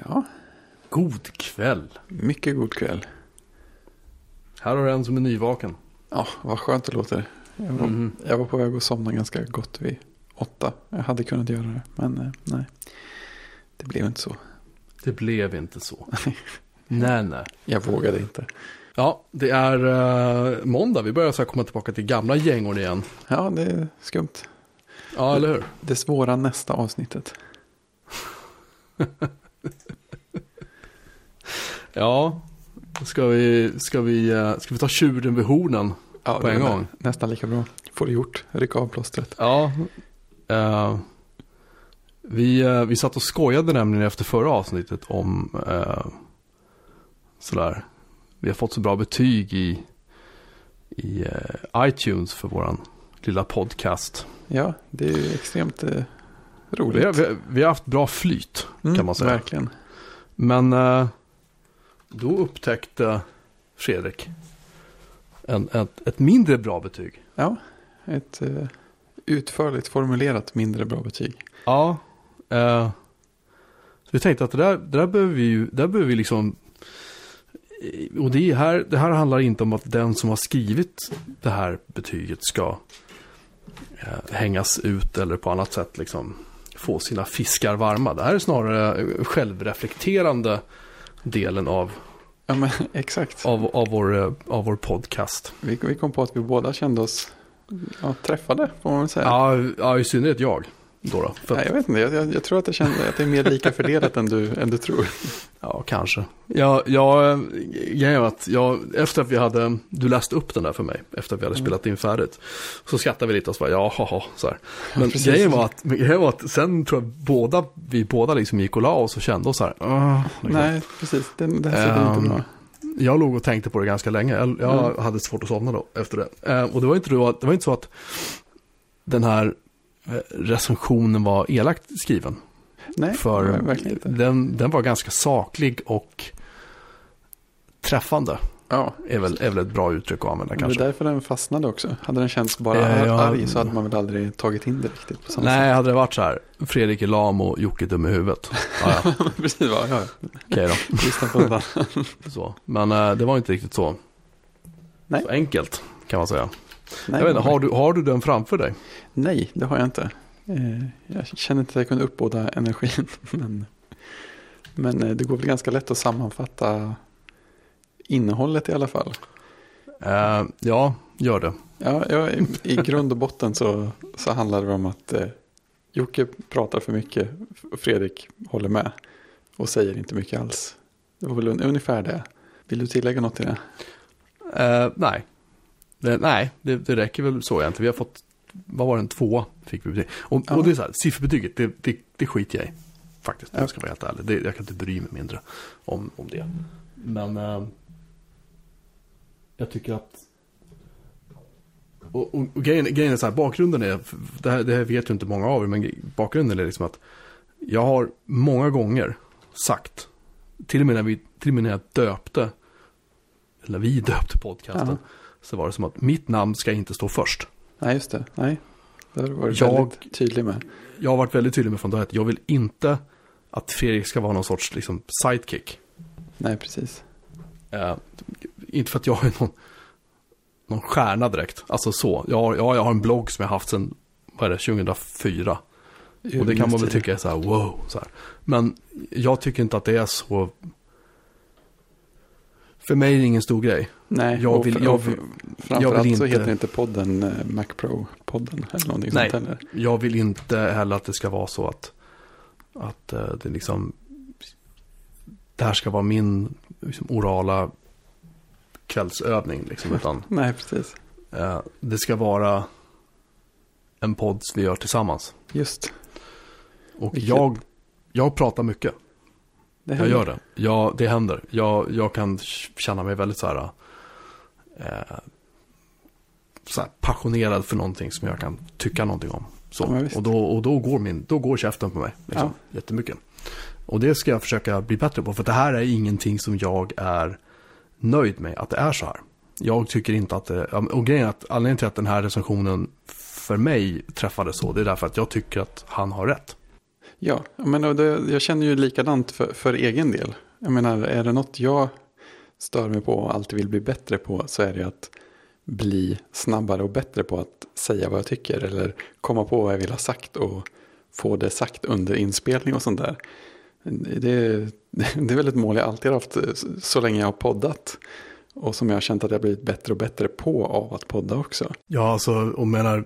Ja. God kväll. Mycket god kväll. Här har du en som är nyvaken. Ja, vad skönt det låter. Jag var på väg att somna ganska gott vid 8. Jag hade kunnat göra det, men nej. Det blev inte så. Det blev inte så. nej. Jag vågade inte. Ja, det är måndag. Vi börjar så här komma tillbaka till gamla gängor igen. Ja, det är skumt. Ja, eller hur? Det svåra nästa avsnittet. Ja, ska vi ta tjuren vid hornen på en gång? Nästan lika bra. Får det gjort. Rycka av plåstret. Ja, vi satt och skojade nämligen efter förra avsnittet om sådär. Vi har fått så bra betyg i iTunes för våran lilla podcast. Ja, det är ju extremt roligt. Vi har haft bra flyt, kan man säga. Verkligen. Men då upptäckte Fredrik ett mindre bra betyg. Ja, ett utförligt formulerat mindre bra betyg. Ja, så vi tänkte att det där behöver vi liksom. Och det här handlar inte om att den som har skrivit det här betyget ska hängas ut eller på annat sätt liksom få sina fiskar varma. Det här är snarare självreflekterande delen av, ja, men, exakt. av vår podcast. Vi kom på att vi båda kände oss träffade, får man väl säga. Ja, i synnerhet jag. Då. Nej, jag vet inte, jag tror att det är mer lika fördelat än du tror. Ja, kanske. Efter att du läste upp den där för mig, efter att vi hade spelat in färdigt, så skrattade vi lite och så bara, så här. Men grejen var att sen tror jag vi båda liksom gick och la oss och kände oss så här. Nej, precis, det här sitter inte bra. Jag låg och tänkte på det ganska länge. Jag hade svårt att somna då efter det. Och det var inte så att den här recensionen var elakt skriven. Nej, för verkligen inte. Den var ganska saklig och träffande. Ja. Är väl ett bra uttryck att använda kanske. Det är därför den fastnade också. Hade den känts bara arg så hade man väl aldrig tagit in det riktigt på samma sätt. Nej, hade det varit så här, Fredrik är lam och Jocke dum i huvudet. Ja. Precis, ja. Okej då. Lyssna på det. Så. Men det var inte riktigt så enkelt, kan man säga. Nej, jag vet inte, har du den framför dig? Nej, det har jag inte. Jag känner inte att jag kunde uppbåda energin. Men det går väl ganska lätt att sammanfatta innehållet i alla fall. Ja, gör det. Ja, i grund och botten så handlar det om att Jocke pratar för mycket och Fredrik håller med och säger inte mycket alls. Det var väl ungefär det. Vill du tillägga något till det? Nej. Det räcker väl så egentligen. Vi har fått, vad var det, en 2 fick vi betyg. Och det är så här, sifferbetyget, det skiter jag i. Faktiskt, jag ska vara helt ärlig. Jag kan inte bry mig mindre om det. Men jag tycker att och grejen är så här, bakgrunden är, det här vet ju inte många av er, men bakgrunden är liksom att jag har många gånger sagt, till och med när jag döpte, eller vi döpte podcasten, så var det som att mitt namn ska inte stå först. Nej, just det. Nej, det har du varit väldigt tydlig med. Jag har varit väldigt tydlig med från det att jag vill inte att Fredrik ska vara någon sorts liksom sidekick. Nej, precis. Inte för att jag är någon stjärna direkt. Alltså så. Jag har en blogg som jag haft sedan 2004. Och det kan man väl tycka är så här, wow. Så här. Men jag tycker inte att det är så. För mig är det ingen stor grej. Nej, framförallt så heter inte podden Mac Pro-podden eller någonting sånt heller. Jag vill inte heller att det ska vara så att det liksom, det här ska vara min liksom orala kvällsövning liksom, utan nej, precis. Det ska vara en podd vi gör tillsammans. Just. Och jag pratar mycket. Jag gör det. Ja, det händer. Jag kan känna mig väldigt så här passionerad för någonting som jag kan tycka någonting om. Så. Ja, och då går käften på mig liksom, jättemycket. Och det ska jag försöka bli bättre på, för det här är ingenting som jag är nöjd med att det är så här. Jag tycker inte att det, och grejen är att anledningen till att den här recensionen för mig träffade så, det är därför att jag tycker att han har rätt. Ja, men jag känner ju likadant för egen del. Jag menar, är det något jag stör mig på och alltid vill bli bättre på, så är det att bli snabbare och bättre på att säga vad jag tycker. Eller komma på vad jag vill ha sagt och få det sagt under inspelning och sånt där. Det är väl ett mål jag alltid har haft så länge jag har poddat. Och som jag har känt att jag blivit bättre och bättre på av att podda också. Ja, alltså, och menar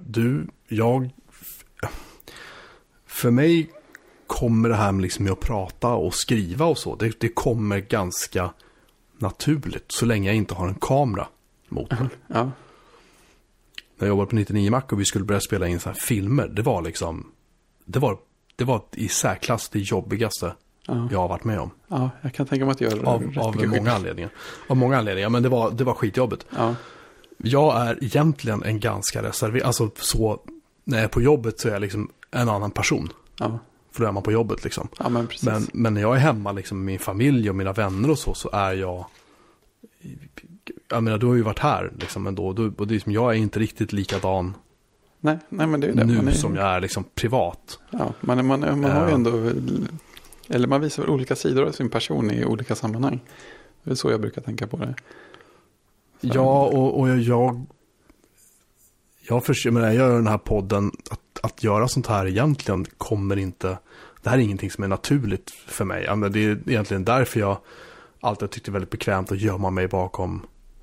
för mig kommer det här med, liksom, med att prata och skriva och så, det kommer ganska naturligt så länge jag inte har en kamera mot mig. Ja. När jag jobbade på 99 Mac och vi skulle börja spela in så här filmer, det var i särklass det jobbigaste jag har varit med om. Ja, jag kan tänka mig att göra det av många anledningar. Av många anledningar, men det var skitjobbigt. Ja. Jag är egentligen en ganska reserverad, alltså så, när jag är på jobbet så är jag liksom en annan person. Ja. För då är man på jobbet liksom. Ja, men precis. Men när jag är hemma liksom med min familj och mina vänner och så är jag menar, du har ju varit här liksom ändå, och det är som, jag är inte riktigt likadan. Nej, men det är det. Nu som jag är liksom privat. Ja, man har ju ändå, eller man visar olika sidor av sin person i olika sammanhang. Det är så jag brukar tänka på det. Så. Ja, och jag försöker, när jag gör den här podden, att göra sånt här egentligen kommer inte, det här är ingenting som är naturligt för mig. Men det är egentligen därför jag alltid tyckte det var väldigt bekvämt att gömma mig bakom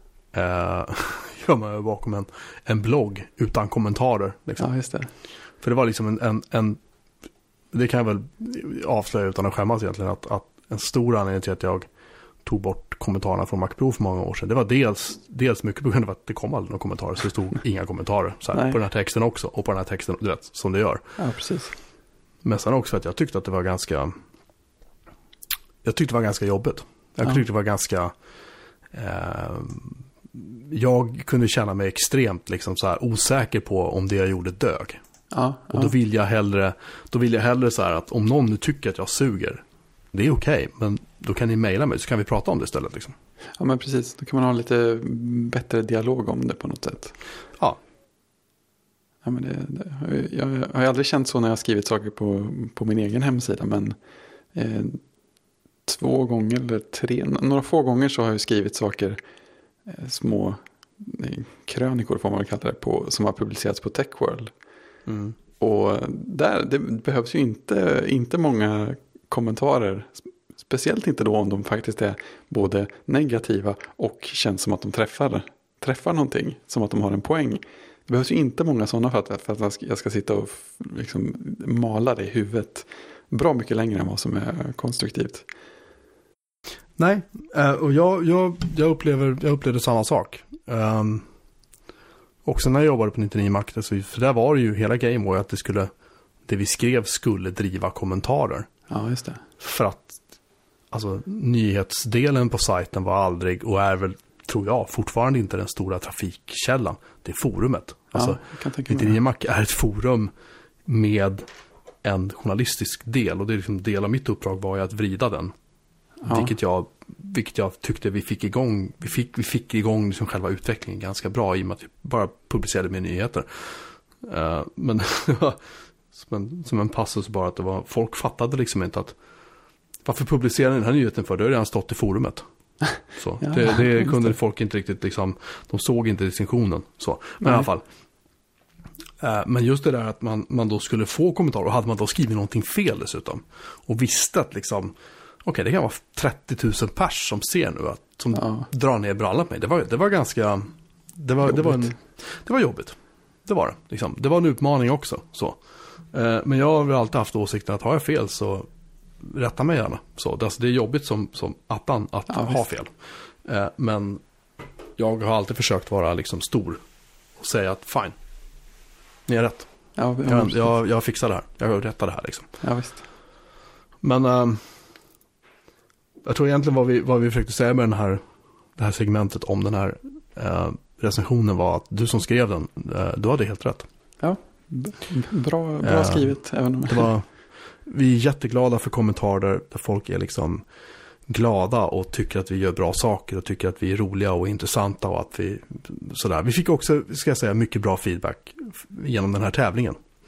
en blogg utan kommentarer. Liksom. Ja, just det. För det var liksom en det kan jag väl avslöja utan att skämmas egentligen, att en stor anledning till att jag tog bort kommentarerna från MacPro för många år sedan, det var dels mycket på grund av att det kom aldrig några kommentarer, så det stod inga kommentarer så här, på den här texten också, och på den här texten, du vet, som det gör. Ja, precis. Men sen också att jag tyckte att det var ganska jobbigt. Jag tyckte det var ganska jag kunde känna mig extremt liksom så här osäker på om det jag gjorde dög. Ja, och då vill jag hellre så här att om någon nu tycker att jag suger, det är okej, men då kan ni mejla mig så kan vi prata om det istället liksom. Ja, men precis. Då kan man ha lite bättre dialog om det på något sätt. Ja. Ja, men jag har aldrig känt så när jag har skrivit saker på min egen hemsida, men 2 gånger eller 3, några få gånger så har jag skrivit saker, små krönikor får man väl kalla det, som har publicerats på Techworld. Mm. Och det behövs ju inte många kommentarer, speciellt inte då om de faktiskt är både negativa och känns som att de träffar någonting, som att de har en poäng. Det behövs ju inte många sådana för att jag ska sitta och liksom mala det i huvudet bra mycket längre än vad som är konstruktivt. Nej, och jag upplevde samma sak. Också när jag jobbade på 99 Mac, för där var det ju hela game var att det vi skrev skulle driva kommentarer. Ja, just det. För att alltså, nyhetsdelen på sajten var aldrig, och är väl, tror jag, fortfarande inte den stora trafikkällan. Det är forumet. Alltså, 99 Mac är ett forum med en journalistisk del, och det är liksom del av mitt uppdrag var ju att vrida den. Ja. Vilket jag tyckte vi fick igång. Vi fick igång liksom själva utvecklingen ganska bra i och med att vi bara publicerade med nyheter. Men som en passus bara att det var, folk fattade liksom inte att varför publicerar den här nyheten för? Det har redan stått i forumet. Så, ja, det kunde folk inte riktigt liksom, de såg inte distinktionen. Så. Men i alla fall. Men just det där att man då skulle få kommentarer, och hade man då skrivit någonting fel dessutom och visste att liksom okej, det kan vara 30 000 pers som ser nu som drar ner brallan på mig. Det var ganska det var jobbigt. Det var det liksom. Det var en utmaning också så. Men jag har väl alltid haft åsikten att har jag fel så rätta mig gärna. Så det är jobbigt som attan att ha fel. Men jag har alltid försökt vara liksom stor och säga att fine. Ni är rätt. Jag fixar det här. Jag rättar det här liksom. Ja, visst. Men jag tror egentligen vad vi försökte säga med det här segmentet om den här recensionen var att du som skrev den, du hade helt rätt. Ja, bra skrivet. Vi är jätteglada för kommentarer där folk är liksom glada och tycker att vi gör bra saker och tycker att vi är roliga och intressanta och att vi sådär. Vi fick också, ska jag säga, mycket bra feedback genom den här tävlingen.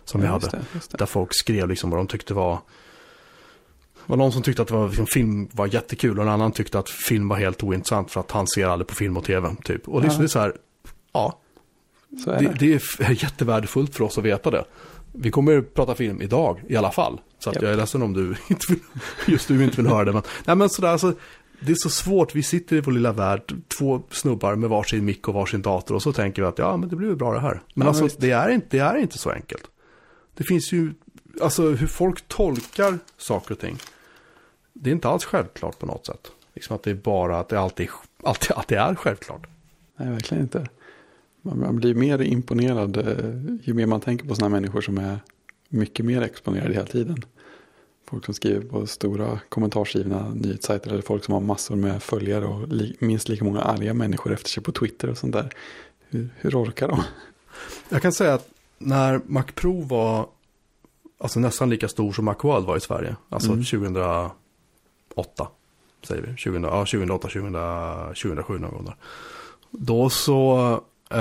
som vi hade. Just det. Där folk skrev liksom vad de tyckte var någon som tyckte att liksom, film var jättekul och en annan tyckte att film var helt ointressant för att han ser aldrig på film och tv typ. Och liksom, det är så här, ja. Så är det är jättevärdefullt för oss att veta det. Vi kommer prata film idag i alla fall. Så att jag är ledsen om du inte vill höra det. Men sådär, alltså, det är så svårt. Vi sitter i vår lilla värld, 2 snubbar med varsin mick och varsin dator och så tänker vi att ja, men det blir bra det här. Men alltså, det är inte så enkelt. Det finns ju, alltså hur folk tolkar saker och ting. Det är inte alls självklart på något sätt. Liksom att det är bara att det alltid är självklart. Nej, verkligen inte. Man blir mer imponerad ju mer man tänker på såna människor som är mycket mer exponerade hela tiden. Folk som skriver på stora kommentarsgivna nyhetssajter eller folk som har massor med följare och minst lika många arga människor efter sig på Twitter och sånt där. Hur orkar de? Jag kan säga att när Mac Pro var alltså nästan lika stor som Macworld var i Sverige, alltså 2008 säger vi, 2008, 2007 någon gång där. Då så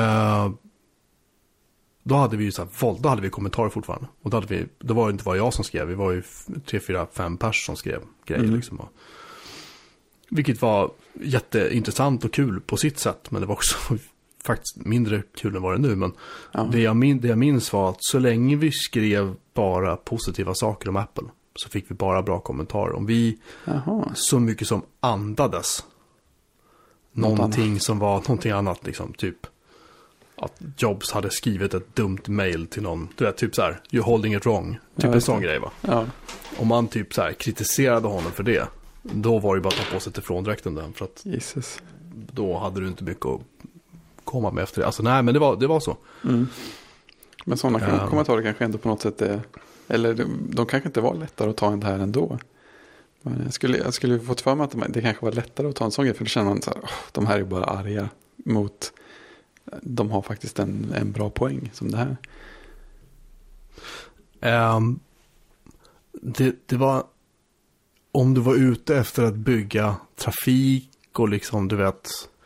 då hade vi ju så här, då hade vi kommentarer fortfarande. Och då var det inte bara jag som skrev, vi var ju 3-4-5 pers som skrev grejer liksom. Vilket var jätteintressant och kul på sitt sätt, men det var också faktiskt mindre kul än vad det nu. Men det jag minns var att så länge vi skrev bara positiva saker om Apple så fick vi bara bra kommentarer. Om vi så mycket som andades någonting som var någonting annat liksom, typ att Jobs hade skrivit ett dumt mail till någon, du vet, typ så här, you're holding it wrong, typ en sån grej va. Ja. Om man typ så här kritiserade honom för det, då var det bara att ta på sig till fråndräkten den, för att Jesus. Då hade du inte mycket att komma med efter det. Alltså nej, men det var så. Men sådana kommentarer kanske ändå på något sätt är, eller de kanske inte var lättare att ta än det här ändå. Men jag skulle fått för mig att det kanske var lättare att ta en sån grej, för då känner man så här, de här är bara arga mot, de har faktiskt en bra poäng som det här. Det var, om du var ute efter att bygga trafik och liksom, du vet,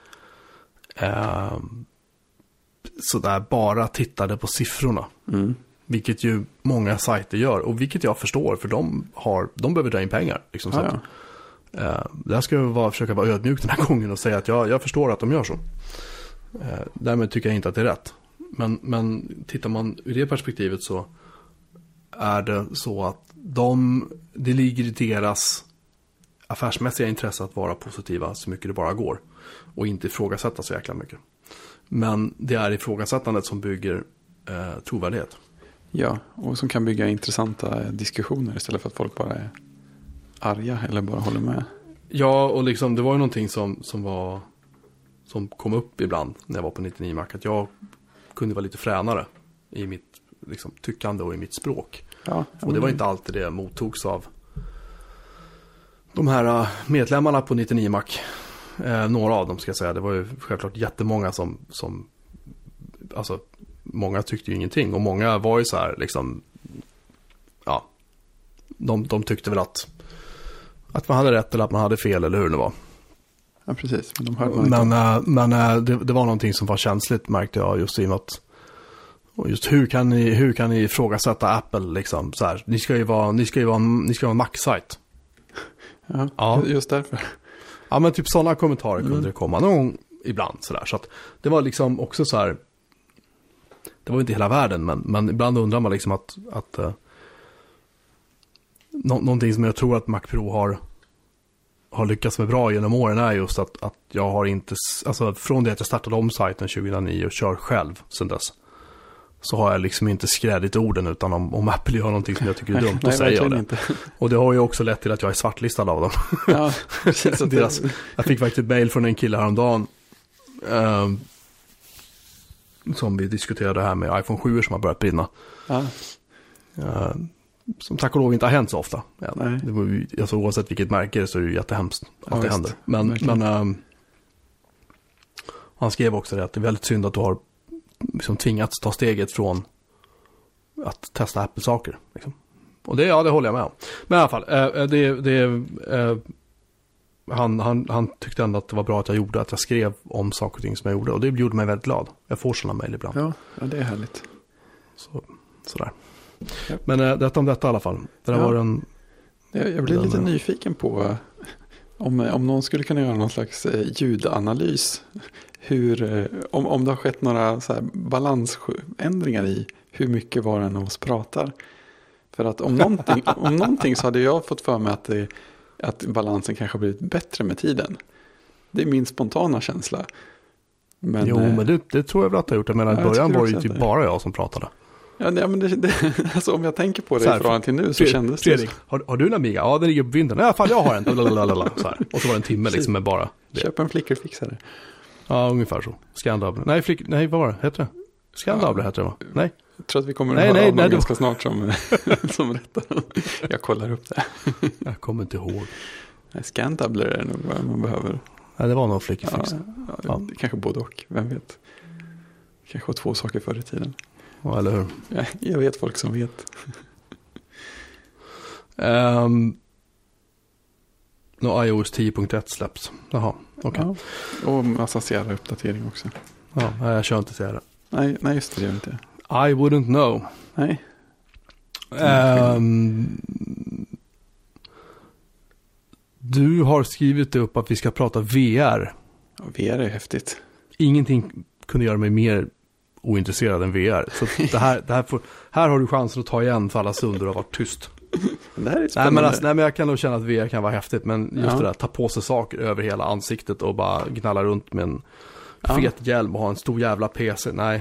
sådär bara tittade på siffrorna. Vilket ju många sajter gör, och vilket jag förstår, för de behöver dra in pengar liksom, så att, där ska jag försöka vara ödmjuk den här gången och säga att jag förstår att de gör så. Därmed tycker jag inte att det är rätt. Men tittar man ur det perspektivet så är det så att det ligger i deras affärsmässiga intresse att vara positiva så mycket det bara går och inte ifrågasätta så jäkla mycket. Men det är ifrågasättandet som bygger trovärdighet. Ja, och som kan bygga intressanta diskussioner istället för att folk bara är arga eller bara håller med. Ja, och liksom det var ju någonting som kom upp ibland när jag var på 99 Mac, att jag kunde vara lite fränare i mitt liksom, tyckande och i mitt språk. Ja, och det var inte alltid det mottogs av de här medlemmarna på 99 Mac. Några av dem ska jag säga. Det var ju självklart jättemånga som alltså många tyckte ju ingenting, och många var ju så här liksom, ja, de tyckte väl att man hade rätt eller att man hade fel eller hur det var. Ja, precis. Men det var någonting som var känsligt, märkte jag, just i att, och just hur kan ni ifrågasätta Apple liksom så här, ni ska ju vara en Mac-sajt. Ja, just därför. Ja, men typ sådana kommentarer kunde det komma någon gång ibland så där, så att det var liksom också så här, det var inte hela världen, men ibland undrar man liksom att någonting som jag tror att Mac Pro har lyckats med bra genom åren är just att jag har inte, alltså från det att jag startade om sajten 2009 och kör själv sedan dess, så har jag liksom inte skrädit orden, utan om Apple gör någonting som jag tycker är dumt, då säger jag det. Inte. Och det har ju också lett till att jag är svartlistad av dem. Ja, precis. Jag fick faktiskt ett mail från en kille häromdagen som vi diskuterade här med iPhone 7 som har börjat brinna. Som tack och lov inte har hänt så ofta. Ja, det var ju, alltså, oavsett vilket märke så är det ju jättehemskt att det händer. Men han skrev också det, att det är väldigt synd att du har liksom tvingats ta steget från att testa Apple-saker. Liksom. Och det håller jag med om. Men i alla fall, han tyckte ändå att det var bra att jag skrev om saker och ting som jag gjorde. Och det gjorde mig väldigt glad. Jag får sådana mejl ibland. Ja, det är härligt. Sådär. Men detta om detta i alla fall. Det där var en... Jag blev lite nyfiken på om någon skulle kunna göra någon slags ljudanalys. Om det har skett några så här balansändringar i hur mycket var en av oss pratar. För att om någonting så hade jag fått för mig att balansen kanske har blivit bättre med tiden. Det är min spontana känsla. Men det tror jag väl att jag har gjort. Jag menar, i början var det ju typ bara jag som pratade. Ja, men alltså, om jag tänker på det i förhållande till nu så kändes det... Fredrik, har du en Amiga? Ja, den ligger på vintern. Ja, fan, jag har en. Så här. Och så var det en timme liksom med bara det. Köp en flickerfixare. Ja, ungefär så. Scandable. Nej, vad var det? Heter det? Scandable heter det, va? Nej. Jag tror att vi kommer att höra om ganska snart som rättar. Jag kollar upp det. Jag kommer inte ihåg. Scandable är nog vad man behöver. Nej, det var nog flickerfix. Ja. Kanske både och, vem vet. Kanske var 2 saker förr i tiden. Ja, eller hur? Jag vet folk som vet. iOS 10.1 släpps. Jaha, okej. Ja. Och massa Sierra-uppdatering också. Ja, jag kör inte Sierra. Nej, just det, gör inte. I wouldn't know. Nej. Du har skrivit upp att vi ska prata VR. Ja, VR är häftigt. Ingenting kunde göra mig mer ointresserad än VR. Så här har du chansen att ta igen för alla stunder och ha varit tyst. Det här är spännande. Nej, men jag kan nog känna att VR kan vara häftigt. Men just det där, ta på sig saker över hela ansiktet och bara gnalla runt med en fet hjälm och ha en stor jävla PC. Nej.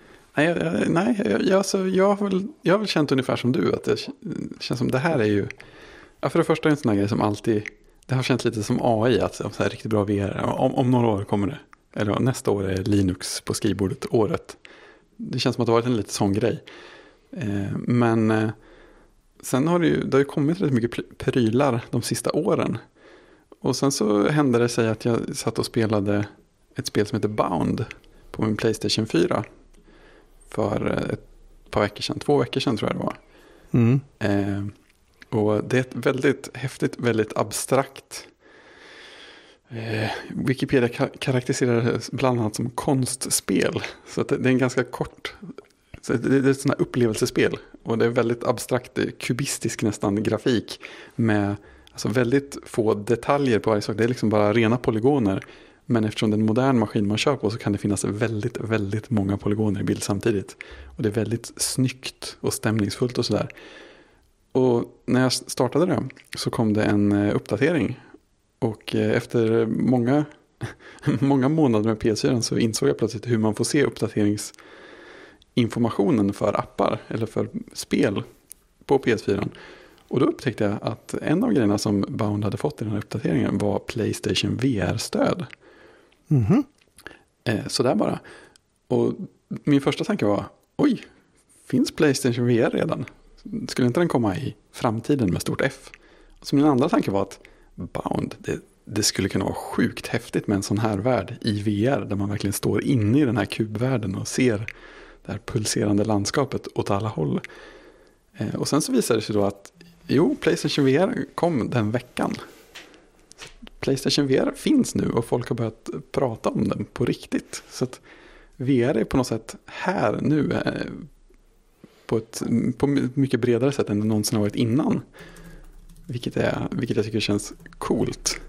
Jag har väl känt ungefär som du. Att det känns som det här är ju... Ja, för det första är en sån här grej som alltid... Det har känts lite som AI. Att så här riktigt bra VR. Om några år kommer det. Eller nästa år är Linux på skrivbordet året. Det känns som att det har varit en lite sån grej. Men sen har det har ju kommit rätt mycket prylar de sista åren. Och sen så hände det sig att jag satt och spelade ett spel som heter Bound på min PlayStation 4 för ett par veckor sedan. 2 veckor sedan tror jag det var. Och det är ett väldigt häftigt, väldigt abstrakt. Wikipedia karaktäriserar det bland annat som konstspel. Så att det är en ganska kort... Så det är ett sånt här upplevelsespel. Och det är väldigt abstrakt, kubistisk nästan grafik. Med alltså väldigt få detaljer på varje sak. Det är liksom bara rena polygoner. Men eftersom det är en modern maskin man kör på så kan det finnas väldigt, väldigt många polygoner i bild samtidigt. Och det är väldigt snyggt och stämningsfullt och sådär. Och när jag startade det så kom det en uppdatering. Och efter många månader med PS4 så insåg jag plötsligt hur man får se uppdateringsinformationen för appar eller för spel på PS4. Och då upptäckte jag att en av grejerna som Bound hade fått i den här uppdateringen var PlayStation VR-stöd. Så där bara. Och min första tanke var, oj, finns PlayStation VR redan? Skulle inte den komma i framtiden med stort F? Så min andra tanke var att Bound, det skulle kunna vara sjukt häftigt med en sån här värld i VR där man verkligen står inne i den här kubvärlden och ser det här pulserande landskapet åt alla håll. Och sen så visade det sig då att PlayStation VR kom den veckan. PlayStation VR finns nu och folk har börjat prata om den på riktigt. Så att VR är på något sätt här nu på mycket bredare sätt än det någonsin har varit innan. Vilket jag tycker känns coolt.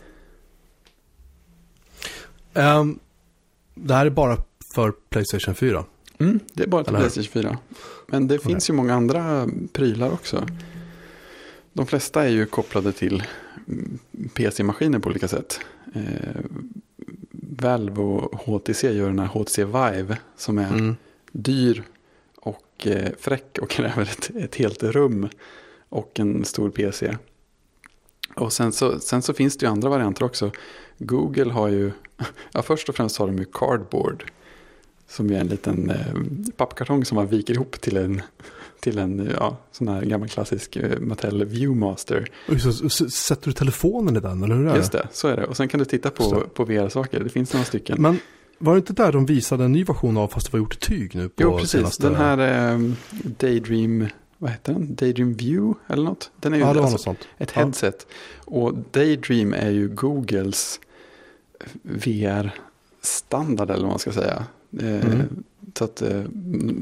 Det här är bara för PlayStation 4. Det är bara till PlayStation 4. Men det finns ju många andra prylar också. De flesta är ju kopplade till PC-maskiner på olika sätt. Valve och HTC gör den här HTC Vive som är dyr och fräck och kräver ett helt rum och en stor PC. Och sen så finns det ju andra varianter också. Google har ju, först och främst har de ju Cardboard som är en liten pappkartong som man viker ihop till en sån här gammal klassisk Mattel Viewmaster. Så sätter du telefonen i den, eller hur är det? Just det, så är det. Och sen kan du titta på VR-saker. Det finns några stycken. Men var det inte där de visade en ny version av fast det var gjort i tyg nu? Jo, precis. Senaste... Den här Daydream, vad heter den? Daydream View eller något? Den är ju det var något sånt. Ett headset. Och Daydream är ju Googles VR-standard eller vad man ska säga. Så att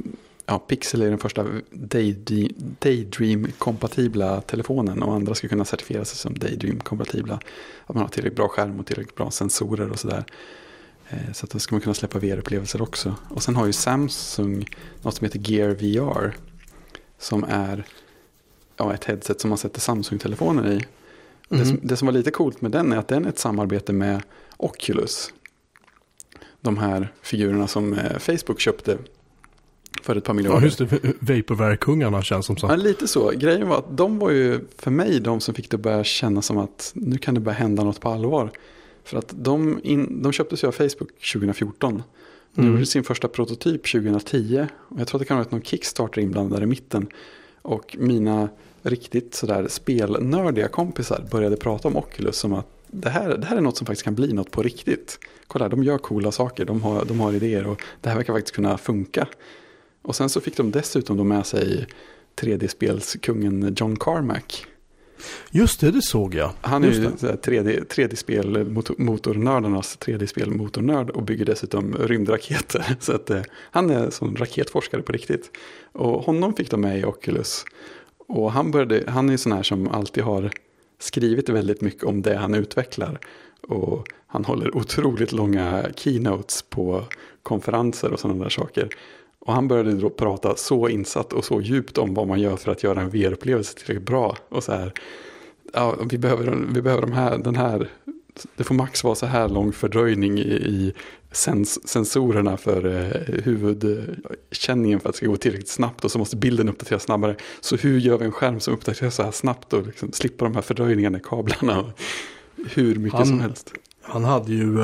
Pixel är den första Daydream-kompatibla telefonen och andra ska kunna certifiera sig som Daydream-kompatibla. Att man har tillräckligt bra skärm och tillräckligt bra sensorer och sådär. Så att då ska man kunna släppa VR-upplevelser också. Och sen har ju Samsung något som heter Gear VR som är ett headset som man sätter Samsung-telefoner i. Det som var lite coolt med den är att den är ett samarbete med Oculus. De här figurerna som Facebook köpte för ett par miljarder. Ja, just det. Vaporware-kungarna känns som så. Ja, lite så. Grejen var att de var ju för mig de som fick det börja känna som att nu kan det börja hända något på allvar. För att de köptes ju av Facebook 2014. De gjorde sin första prototyp 2010. Och jag tror att det kan ha varit någon Kickstarter inblandad i mitten. Och mina riktigt sådär spelnördiga kompisar började prata om Oculus som att det här är något som faktiskt kan bli något på riktigt. Kolla, de gör coola saker, de har idéer och det här verkar faktiskt kunna funka. Och sen så fick de dessutom då med sig 3D-spelskungen John Carmack. Just det såg jag. Han är ju 3D-spel-motornördarnas 3D-spel-motornörd och bygger dessutom rymdraketer. Så att han är som raketforskare på riktigt. Och honom fick de med i Oculus. Och han är ju sån här som alltid har skrivit väldigt mycket om det han utvecklar. Och han håller otroligt långa keynotes på konferenser och sådana där saker. Och han började då prata så insatt och så djupt om vad man gör för att göra en VR-upplevelse tillräckligt bra. Och så här, vi behöver den här, det får max vara så här lång fördröjning i sensorerna för huvudkänningen för att det ska gå tillräckligt snabbt. Och så måste bilden uppdateras snabbare. Så hur gör vi en skärm som uppdateras så här snabbt och liksom slipper de här fördröjningarna i kablarna och hur mycket som helst. Han hade ju,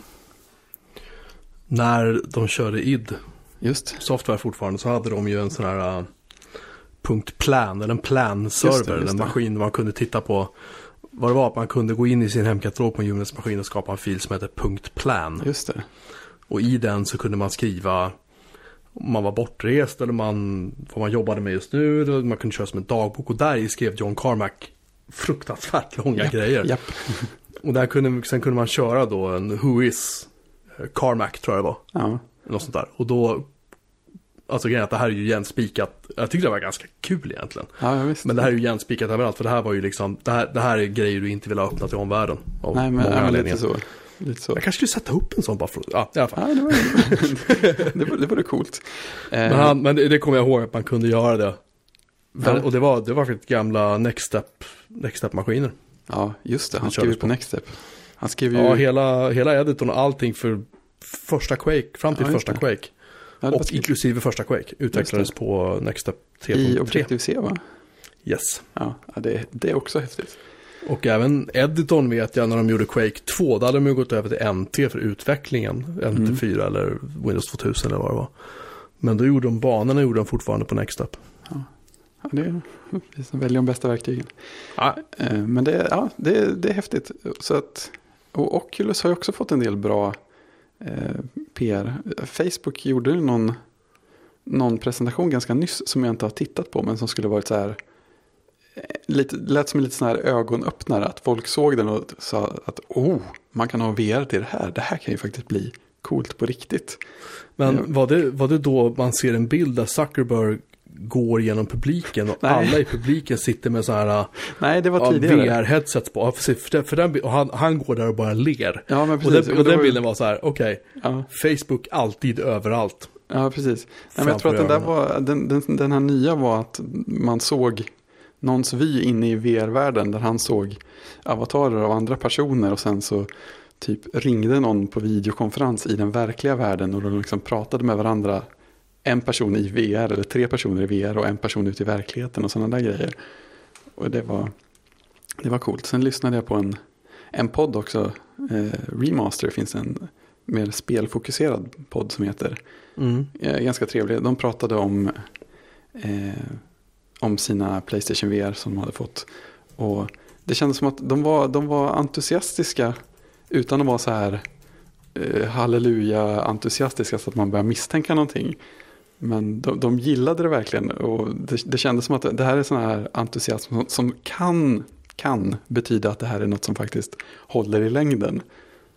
när de körde id, just software fortfarande, så hade de ju en sån här .plan eller en plan-server, en maskin där man kunde titta på vad det var, att man kunde gå in i sin hemkatalog på en Unix-maskin och skapa en fil som heter .plan. Just det. Och i den så kunde man skriva om man var bortrest eller vad man jobbade med just nu, eller man kunde köra som en dagbok, och där skrev John Carmack fruktansvärt långa grejer. Japp. Och sen kunde man köra då en Who is Carmack, tror jag det var. Ja. Något sånt där. Och då, alltså grejen är att det här är ju genspikat. Jag tyckte det var ganska kul egentligen. Ja, visst. Men det här är ju genspikat överallt. För det här var ju liksom, det här är grejer du inte vill ha öppnat i omvärlden. Nej, men lite så. Jag kanske skulle sätta upp en sån bara för, ja, i alla fall. Ja, det var coolt. Men det kommer jag ihåg att man kunde göra det. Ja. Och det var för gamla Nextstep-maskiner. Ja, just det. Han skrev ju på Nextstep. Han skrev ju... Ja, hela editorn och allting för första Quake, fram till första Quake. Ja, och inklusive första Quake utvecklades på Nextstep 3.3. I Objective-C, va? Yes. Ja, det är också häftigt. Och även editorn vet jag när de gjorde Quake 2, då hade de ju gått över till NT för utvecklingen. NT 4 eller Windows 2000 eller vad det var. Men då gjorde de fortfarande på Nextstep. Ja, det är vi som väljer de bästa verktygen. Ja. Men det är häftigt. Så att, och Oculus har ju också fått en del bra PR. Facebook gjorde någon presentation ganska nyss som jag inte har tittat på, men som skulle varit så här lät som en lite sån här ögonöppnare, att folk såg den och sa att man kan ha VR till det här. Det här kan ju faktiskt bli coolt på riktigt. Men var det då man ser en bild där Zuckerberg går genom publiken och alla i publiken sitter med så här nej, det var tidigare. VR-headsets på. För den, och han går där och bara ler. Ja, men precis. Och den bilden var så här, Facebook alltid överallt. Ja, precis. Nej, men jag tror att den här nya var att man såg någons vy inne i VR-världen där han såg avatarer av andra personer och sen så typ ringde någon på videokonferens i den verkliga världen och de liksom pratade med varandra. En person i VR eller 3 personer i VR och en person ute i verkligheten och sådana där grejer. Och det var coolt. Sen lyssnade jag på en podd också. Remaster finns en mer spelfokuserad podd som heter. Ganska trevlig. De pratade om sina PlayStation VR som de hade fått. Och det kändes som att de var entusiastiska utan att vara så här halleluja-entusiastiska så att man börjar misstänka någonting. Men de gillade det verkligen och det kändes som att det här är sån här entusiasm som kan betyda att det här är något som faktiskt håller i längden. Det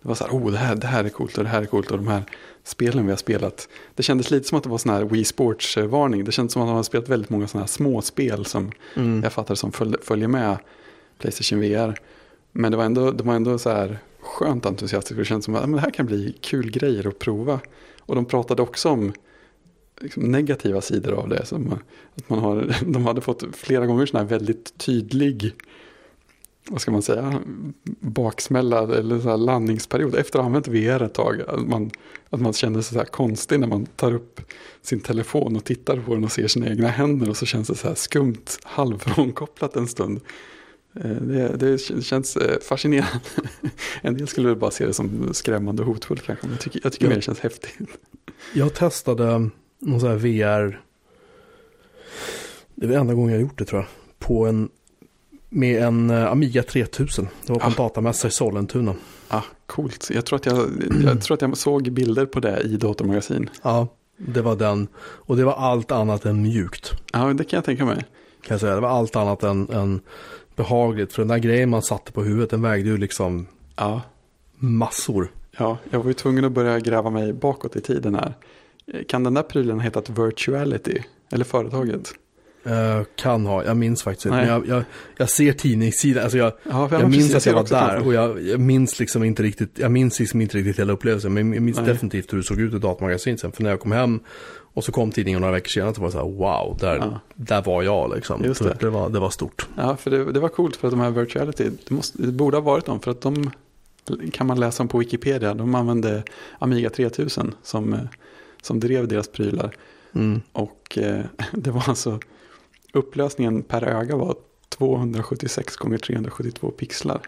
var så här, det här är coolt och det här är coolt och de här spelen vi har spelat. Det kändes lite som att det var sån här Wii Sports-varning. Det kändes som att man har spelat väldigt många såna här små spel som jag fattar som följer med PlayStation VR. Men det var ändå så här skönt entusiastiskt. Det kändes som att det här kan bli kul grejer att prova. Och de pratade också om liksom negativa sidor av det. Som att de hade fått flera gånger sån här väldigt tydlig, vad ska man säga, baksmälla eller så här landningsperiod efter att ha använt VR ett tag. Att man känner sig så här konstig när man tar upp sin telefon och tittar på den och ser sina egna händer och så känns det så här skumt halvfrånkopplat en stund. Det känns fascinerande. En del skulle väl bara se det som skrämmande och hotfullt kanske. Men jag tycker mer det känns häftigt. Jag testade någon sån här VR. Det var enda gången jag gjort det tror jag. Med en Amiga 3000. Det var på en datamässa i Sollentuna. Coolt. Jag tror att jag såg bilder på det i Datormagasin. Ja, det var den. Och det var allt annat än mjukt. Ja, det kan jag tänka mig. Kan jag säga. Det var allt annat än behagligt. För den där grejen man satte på huvudet, den vägde ju liksom massor. Ja, jag var ju tvungen att börja gräva mig bakåt i tiden här. Kan den där prylen heta Virtuality? Eller företaget? Kan ha, jag minns faktiskt inte. Men jag ser tidningssidan. Alltså jag minns att jag var där. Och jag minns liksom inte riktigt hela upplevelsen. Men jag minns definitivt hur det såg ut i datamagasin sen. För när jag kom hem och så kom tidningen några veckor senare så var det så här, wow, där var jag liksom. Just det. Det var stort. Ja, för det var coolt för att de här Virtuality, det borde ha varit dem. För att de kan man läsa om på Wikipedia. De använde Amiga 3000 som drev deras prylar. Och det var alltså upplösningen per öga var 276 x 372 pixlar.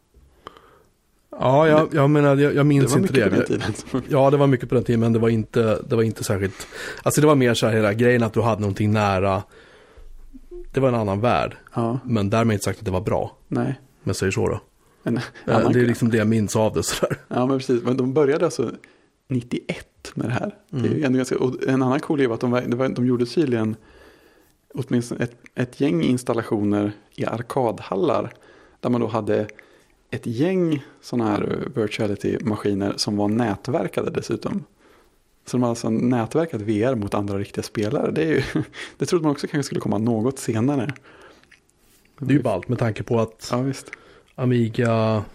Ja, jag menar, jag minns inte det. På den tiden. Ja, det var mycket på den tiden, men det var inte särskilt. Alltså det var mer så här hela grejen att du hade någonting nära. Det var en annan värld. Ja. Men därmed inte sagt att det var bra. Nej. Men säger så då. Det är liksom det jag minns av det sådär. Ja, men precis. Men de började alltså 91 med det här. Det är ju ändå ganska, och en annan cool var att de gjorde tydligen åtminstone ett gäng installationer i arkadhallar där man då hade ett gäng sådana här virtuality-maskiner som var nätverkade dessutom. Så de hade alltså nätverkat VR mot andra riktiga spelare. Det trodde man också kanske skulle komma något senare. Det är ju ballt med tanke på att visst. Amiga...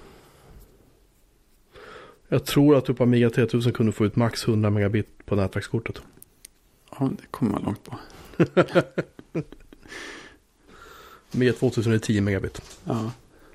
Jag tror att du på Amiga 3000 kunde få ut max 100 megabit på nätverkskortet. Ja, det kommer man långt på. Med 2000 är 10 megabit. Ja.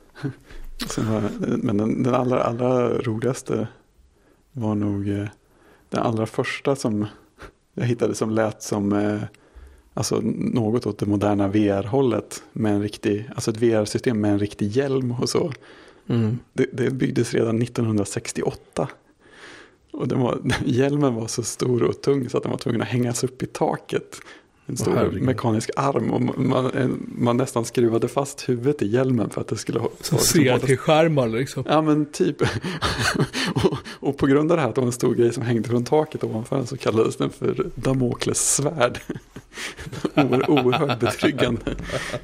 Men den allra roligaste var nog den allra första som jag hittade som lät som alltså något åt det moderna VR-hållet med en riktig, alltså ett VR-system med en riktig hjälm och så. Det byggdes redan 1968. Och hjälmen var så stor och tung så att den var tvungen att hängas upp i taket. En stor mekanisk arm och man nästan skruvade fast huvudet i hjälmen för att det skulle ha... Så CRT-skärmar liksom. Ja, men typ. och på grund av det här att det var en stor grej som hängde från taket ovanför den så kallades den för Damokles svärd. Oerhört betryggande.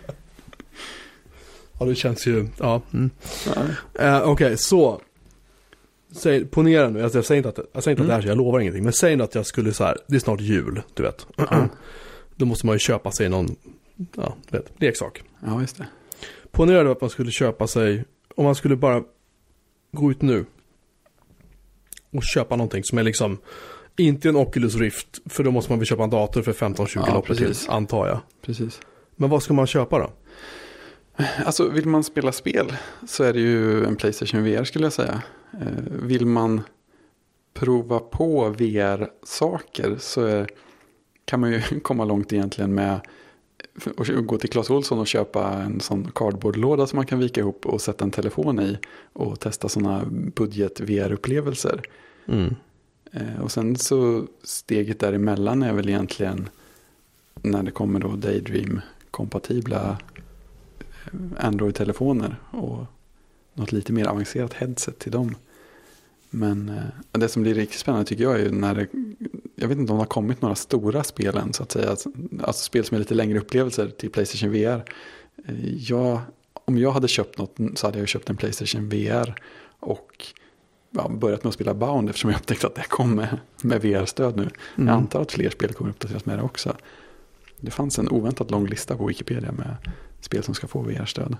Ja, det känns ju... Ja. Okej, så... Ponera nu, jag säger inte att det här, jag lovar ingenting. Men säg att jag skulle så här, det är snart jul, du vet. Då måste man ju köpa sig någon leksak. Ja, just det. Ponera då att man skulle köpa sig, om man skulle bara gå ut nu och köpa någonting som är liksom inte en Oculus Rift, för då måste man väl köpa en dator för 15-20 lopp till, antar jag. Precis. Men vad ska man köpa då? Alltså vill man spela spel så är det ju en PlayStation VR skulle jag säga. Vill man prova på VR-saker så kan man ju komma långt egentligen med att gå till Clas Ohlson och köpa en sån cardboardlåda som man kan vika ihop och sätta en telefon i och testa sådana budget-VR-upplevelser. Och sen så steget däremellan är väl egentligen när det kommer då Daydream-kompatibla Android-telefoner och något lite mer avancerat headset till dem. Men det som blir riktigt spännande tycker jag är ju när jag vet inte om det har kommit några stora spel än så att säga. Alltså spel som är lite längre upplevelser till PlayStation VR. Om jag hade köpt något så hade jag köpt en PlayStation VR och börjat med att spela Bound eftersom jag upptäckte att det kom med VR-stöd nu. Jag antar att fler spel kommer uppdateras med det också. Det fanns en oväntat lång lista på Wikipedia med spel som ska få VR-stöd.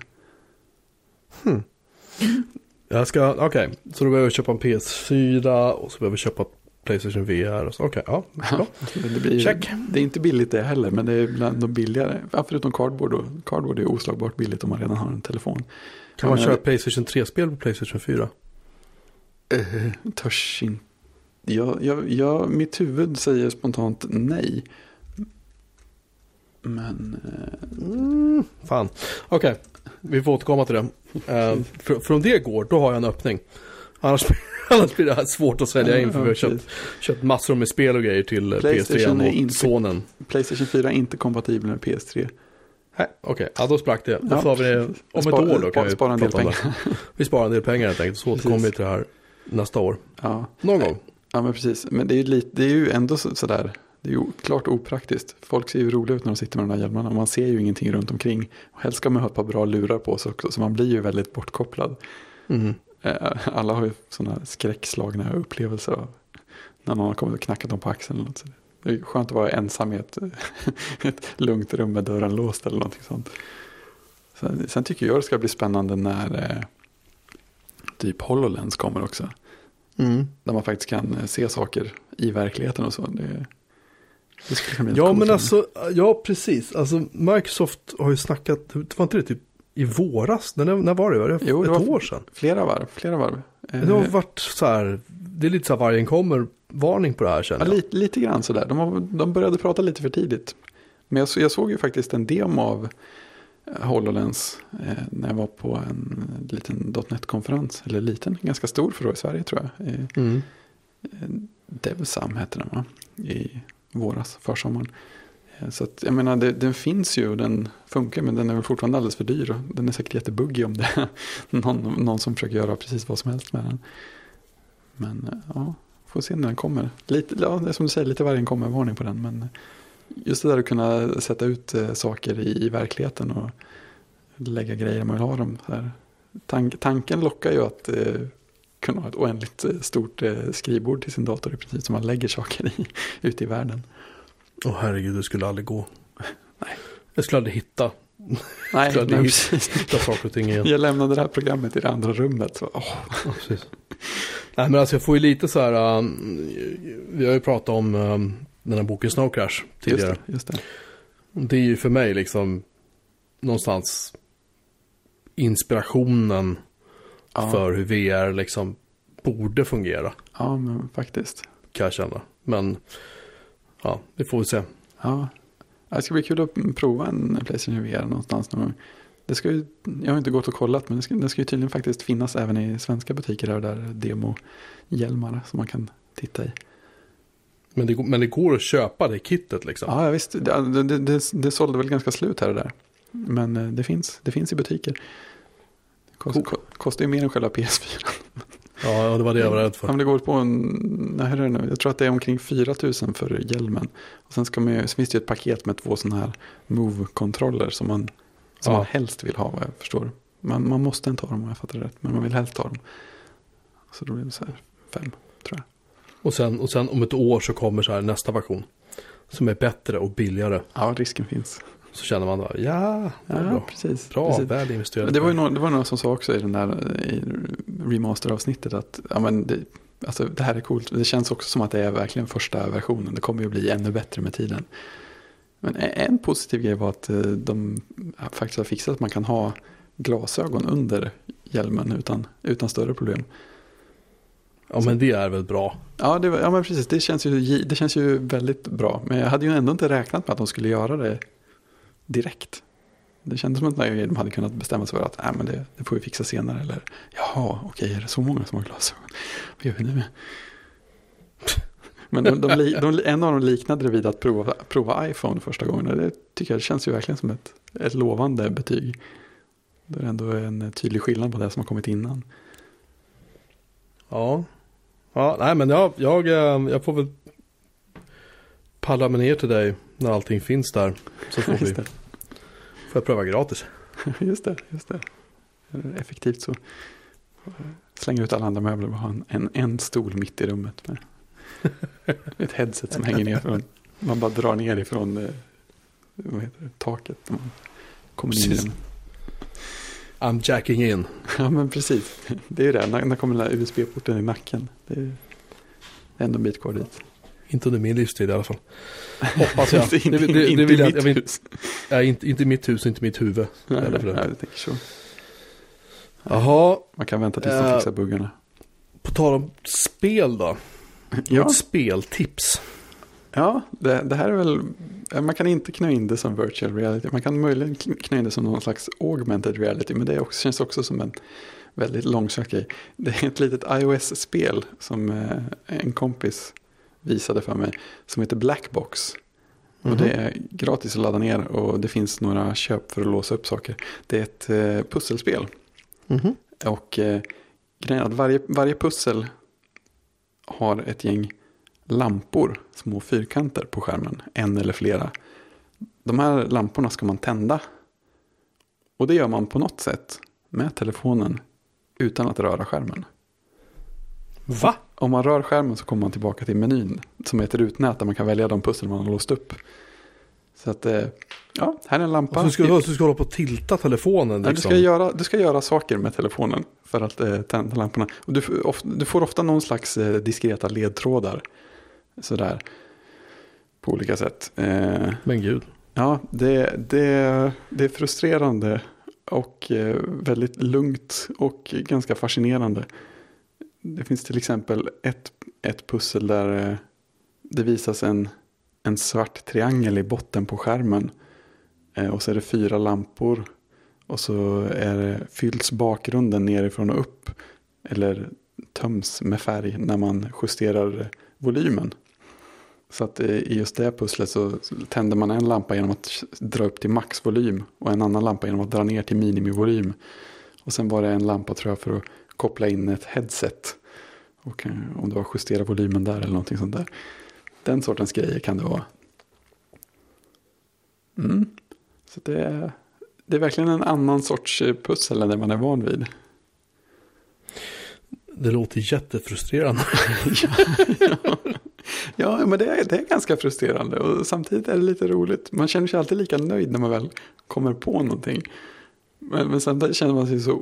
Okej. Så då behöver jag köpa en PS4 och så behöver jag köpa PlayStation VR. Okej, ja. Check. Det är inte billigt det heller, men det är bland de billigare. Förutom Cardboard. Och Cardboard är oslagbart billigt om man redan har en telefon. Kan man köra PlayStation 3-spel på PlayStation 4? Törs inte. Mitt huvud säger spontant nej. Men... Fan. Okej, vi får återkomma till det. För om det går, då har jag en öppning. Annars blir det här svårt att sälja in, för vi har köpt massor med spel och grejer till PS3 och sonen. PlayStation 4 är inte kompatibel med PS3. Nej, okej. Ja, då sprack det. Då får vi det om ett år då, kan vi spara en del pengar. Vi sparar en del pengar helt enkelt, så återkommer vi till det här nästa år. Ja. Någon gång. Ja, men precis. Men det är ju ändå sådär. Det är ju klart opraktiskt. Folk ser ju roliga ut när de sitter med de där hjälmarna. Man ser ju ingenting runt omkring. Och helst ska man ha ett par bra lurar på sig också. Så man blir ju väldigt bortkopplad. Alla har ju sådana skräckslagna upplevelser av när någon har kommit och knackat dem på axeln eller något. Det är skönt att vara ensam i ett lugnt rum med dörren låst eller någonting sånt. Sen tycker jag det ska bli spännande när typ HoloLens kommer också. Där man faktiskt kan se saker i verkligheten och så. Det skulle bli men alltså, ja precis. Alltså Microsoft har ju snackat, det var inte det typ i våras? När var det? Var det ett år sedan? Flera varv. Det har varit så här, det är lite så här vargen kommer varning på det här, känner jag. Lite grann sådär. De började prata lite för tidigt. Men jag såg ju faktiskt en demo av HoloLens när jag var på en liten .NET-konferens. Eller liten, ganska stor för då i Sverige tror jag. Devsam heter den, va? I våras, försommaren. Så att, jag menar, den finns ju och den funkar, men den är väl fortfarande alldeles för dyr. Och den är säkert jättebuggig om det är någon som försöker göra precis vad som helst med den. Men ja, får se när den kommer. Lite, ja, det är som du säger, lite varje kommer varning på den. Men just det där att kunna sätta ut saker i verkligheten och lägga grejer man vill ha dem. Så här. Tanken lockar ju att kunna ha ett oändligt stort skrivbord till sin dator i princip som man lägger saker ute i världen. Herregud, det skulle aldrig gå. Nej. Jag skulle aldrig hitta. Nej, precis. Hitta saker och ting igen. Jag lämnade det här programmet i det andra rummet. Så, Ja, precis. Nej, men alltså jag får ju lite så här, vi har ju pratat om den här boken Snow Crash tidigare. Just det. Det är ju för mig liksom någonstans inspirationen för hur VR liksom borde fungera. Ja, men faktiskt. Kan jag känna. Men ja, det får vi se. Ja, det ska bli kul att prova en PlayStation VR någonstans någon gång. Jag har inte gått och kollat, men det ska ju tydligen faktiskt finnas även i svenska butiker där demo-hjälmar som man kan titta i. Men det går att köpa det kittet liksom? Ja, visst. Det sålde väl ganska slut här och där. Men det finns i butiker. Kostar ju mer än själva PS4. Ja, det var det jag var rädd för. Om det går på jag tror att det är omkring 4 000 för hjälmen. Och sen så finns det ju ett paket med 2 sådana här Move-kontroller som man helst vill ha, vad jag förstår. Man måste inte ha dem om jag fattar det rätt, men man vill helst ha dem. Så då blir det så här 5, tror jag. Och sen om ett år så kommer så här nästa version som är bättre och billigare. Ja, risken finns. Så känner man då, bra. Precis. Bra, väl investerat. Det var några som sa också i den där remaster-avsnittet att det här är coolt. Det känns också som att det är verkligen första versionen. Det kommer ju bli ännu bättre med tiden. Men en positiv grej var att de faktiskt har fixat att man kan ha glasögon under hjälmen utan större problem. Ja, men det är väl bra. Ja, men precis. Det känns ju väldigt bra. Men jag hade ju ändå inte räknat med att de skulle göra det direkt. Det kändes som att de hade kunnat bestämma sig för att men det får vi fixa senare. Eller, jaha, okej, är det så många som har glasögon? Vad gör vi nu? Men en av dem liknade det vid att prova iPhone första gången. Och det tycker jag känns ju verkligen som ett lovande betyg. Det är ändå en tydlig skillnad på det som har kommit innan. Ja, nej men jag får väl palla mig ner till dig när allting finns där. Så får jag pröva gratis. Just det. Effektivt så. Slänger ut alla andra möbler och har en stol mitt i rummet med ett headset som hänger ner från. Man bara drar ner ifrån taket. Man kommer in igen. I'm jacking in. Ja, men precis. Det är ju det. När kommer den där USB-porten i nacken? Det är ändå en bit kvar dit. Inte under min livstid i alla fall. Hoppas jag. Inte i mitt hus. Inte i mitt hus, inte i mitt huvud. Nej, jag tänker så. Jaha. Man kan vänta tills de fixar buggarna. På tal om spel då. Ja. Ett speltips. Ja, det här är väl... Man kan inte knö in det som virtual reality. Man kan möjligen knö in det som någon slags augmented reality. Men det känns också som en väldigt långsökt grej. Det är ett litet iOS-spel som en kompis visade för mig. Som heter Blackbox. Och det är gratis att ladda ner. Och det finns några köp för att låsa upp saker. Det är ett pusselspel. Och grejen är att varje pussel har ett gäng lampor, små fyrkanter på skärmen, en eller flera. De här lamporna ska man tända. Och det gör man på något sätt med telefonen utan att röra skärmen. Va? Om man rör skärmen så kommer man tillbaka till menyn som heter rutnät där man kan välja de pussel man har låst upp. Så att, ja, här är en lampa. Och så ska du hålla på att tilta telefonen. Liksom. Du ska göra saker med telefonen för att tända lamporna. Och du får ofta någon slags diskreta ledtrådar. Sådär. På olika sätt. Men gud. Ja, det är frustrerande och väldigt lugnt och ganska fascinerande. Det finns till exempel ett pussel där det visas en svart triangel i botten på skärmen. Och så är det 4 lampor. Och så fylls bakgrunden nerifrån och upp. Eller töms med färg när man justerar volymen. Så att i just det pusslet så tänder man en lampa genom att dra upp till maxvolym. Och en annan lampa genom att dra ner till minimivolym. Och sen var det en lampa tror jag för att koppla in ett headset. Och om det var justera volymen där eller någonting sånt där. Den sortens grejer kan det vara. Så det är verkligen en annan sorts pussel än det man är van vid. Det låter jättefrustrerande. Ja, men det är ganska frustrerande. Och samtidigt är det lite roligt. Man känner sig alltid lika nöjd när man väl kommer på någonting. Men samtidigt känner man sig så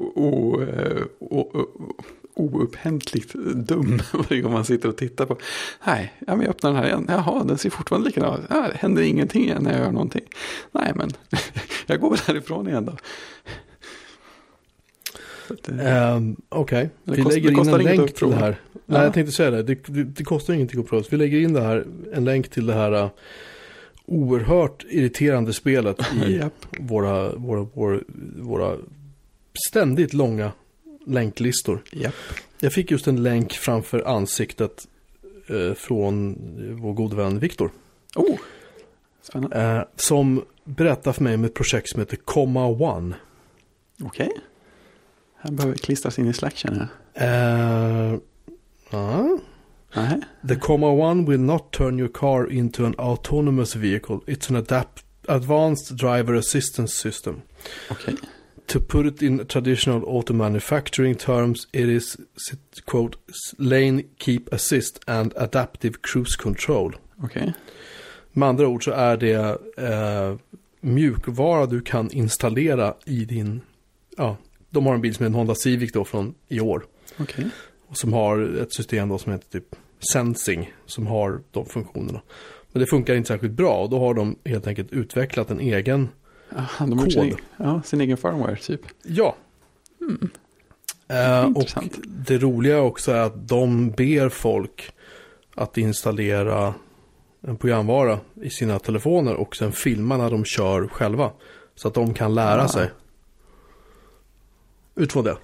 oupphämtligt dum varje gång man sitter och tittar på. Nej, jag öppnar den här igen. Jaha, den ser fortfarande likadan ut. Det händer ingenting igen när jag gör någonting. Nej, men jag går väl härifrån igen då. Okej. Vi lägger in en länk till det här. Nej, jag tänkte säga det. Det kostar ingenting att prova. Vi lägger in en länk till det här oerhört irriterande spelet i våra ständigt långa länklistor. Yep. Jag fick just en länk framför ansiktet från vår gode vän Viktor. Spännande. Som berättar för mig om ett projekt som heter Comma One. Okej. Här behöver klistras in i Slack, känner jag. The Comma One will not turn your car into an autonomous vehicle. It's an advanced driver assistance system. Okay. To put it in traditional auto manufacturing terms, it is, quote, lane keep assist and adaptive cruise control. Okay. Med andra ord så är det mjukvara du kan installera i din... Ja, de har en bil som är en Honda Civic då från i år. Okay. Och som har ett system då som heter typ Sensing som har de funktionerna. Men det funkar inte särskilt bra och då har de helt enkelt utvecklat en egen kod. Sin egen firmware typ. Ja. Och det roliga också är att de ber folk att installera en programvara i sina telefoner och sen filma när de kör själva. Så att de kan lära sig. Utifrån det.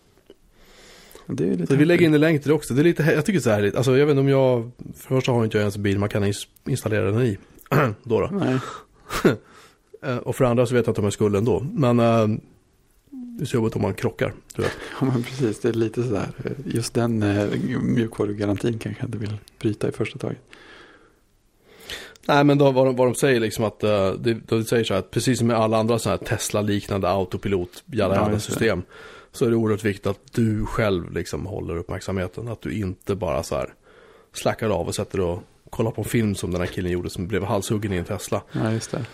Så vi lägger in en länk till det också. Det är lite, jag tycker så här, alltså jag vet inte om för första har inte jag ens en bil man kan installera den i. då. Nej. Och för andra så vet jag inte om jag skulle ändå. Men det är så jobbigt om man krockar. Du vet. Ja, men precis. Det är lite sådär. Just den mjukvarugarantin kanske inte vill bryta i första taget. Nej, men då, vad de säger liksom att de säger så här att precis som med alla andra sådana här Tesla-liknande autopilot system så är det oerhört viktigt att du själv liksom håller uppmärksamheten. Att du inte bara så här slackar av och sätter och kollar på en film som den här killen gjorde som blev halshuggen i en Tesla. Ja, just det.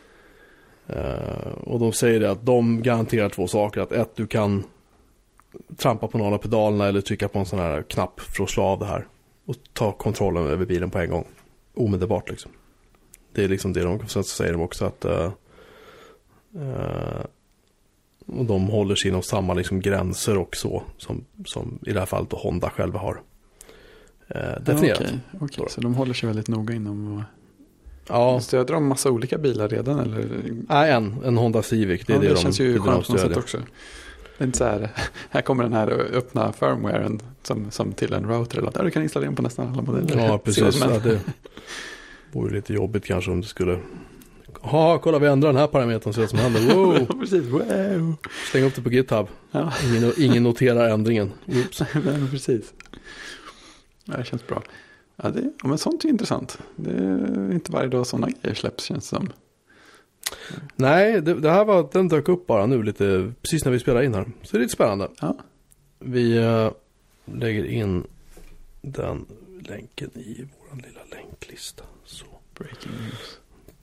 Och de säger det att de garanterar 2 saker. Att ett, du kan trampa på någon av pedalerna eller trycka på en sån här knapp för att slå av det här. Och ta kontrollen över bilen på en gång. Omedelbart liksom. Det är liksom det de säger de också att och de håller sig inom samma liksom gränser också som i det här fallet Honda själva har definierat. Okej. Så de håller sig väldigt noga inom. Ja. Stöder de massa olika bilar redan? Eller? Nej, en Honda Civic. Det känns ju skönt på något sätt också. Det är inte så här kommer den här öppna firmwaren som till en router eller där du kan installera den på nästan alla modeller. Ja, precis. Ja, det vore lite jobbigt kanske om det skulle. Ja, kolla vi ändrar den här parametern så det som händer. Wow. Precis. Wow. Stäng upp det på GitHub. Ja. Ingen noterar ändringen. Oops. Nej, precis. Ja, det känns bra. Ja, men sånt är intressant. Det är inte varje dag sådana grejer släpps, känns som. Nej, det här den dök upp bara nu lite precis när vi spelar in här. Så det är lite spännande. Ja. Vi lägger in den länken i vår lilla länklista. Så. Breaking news.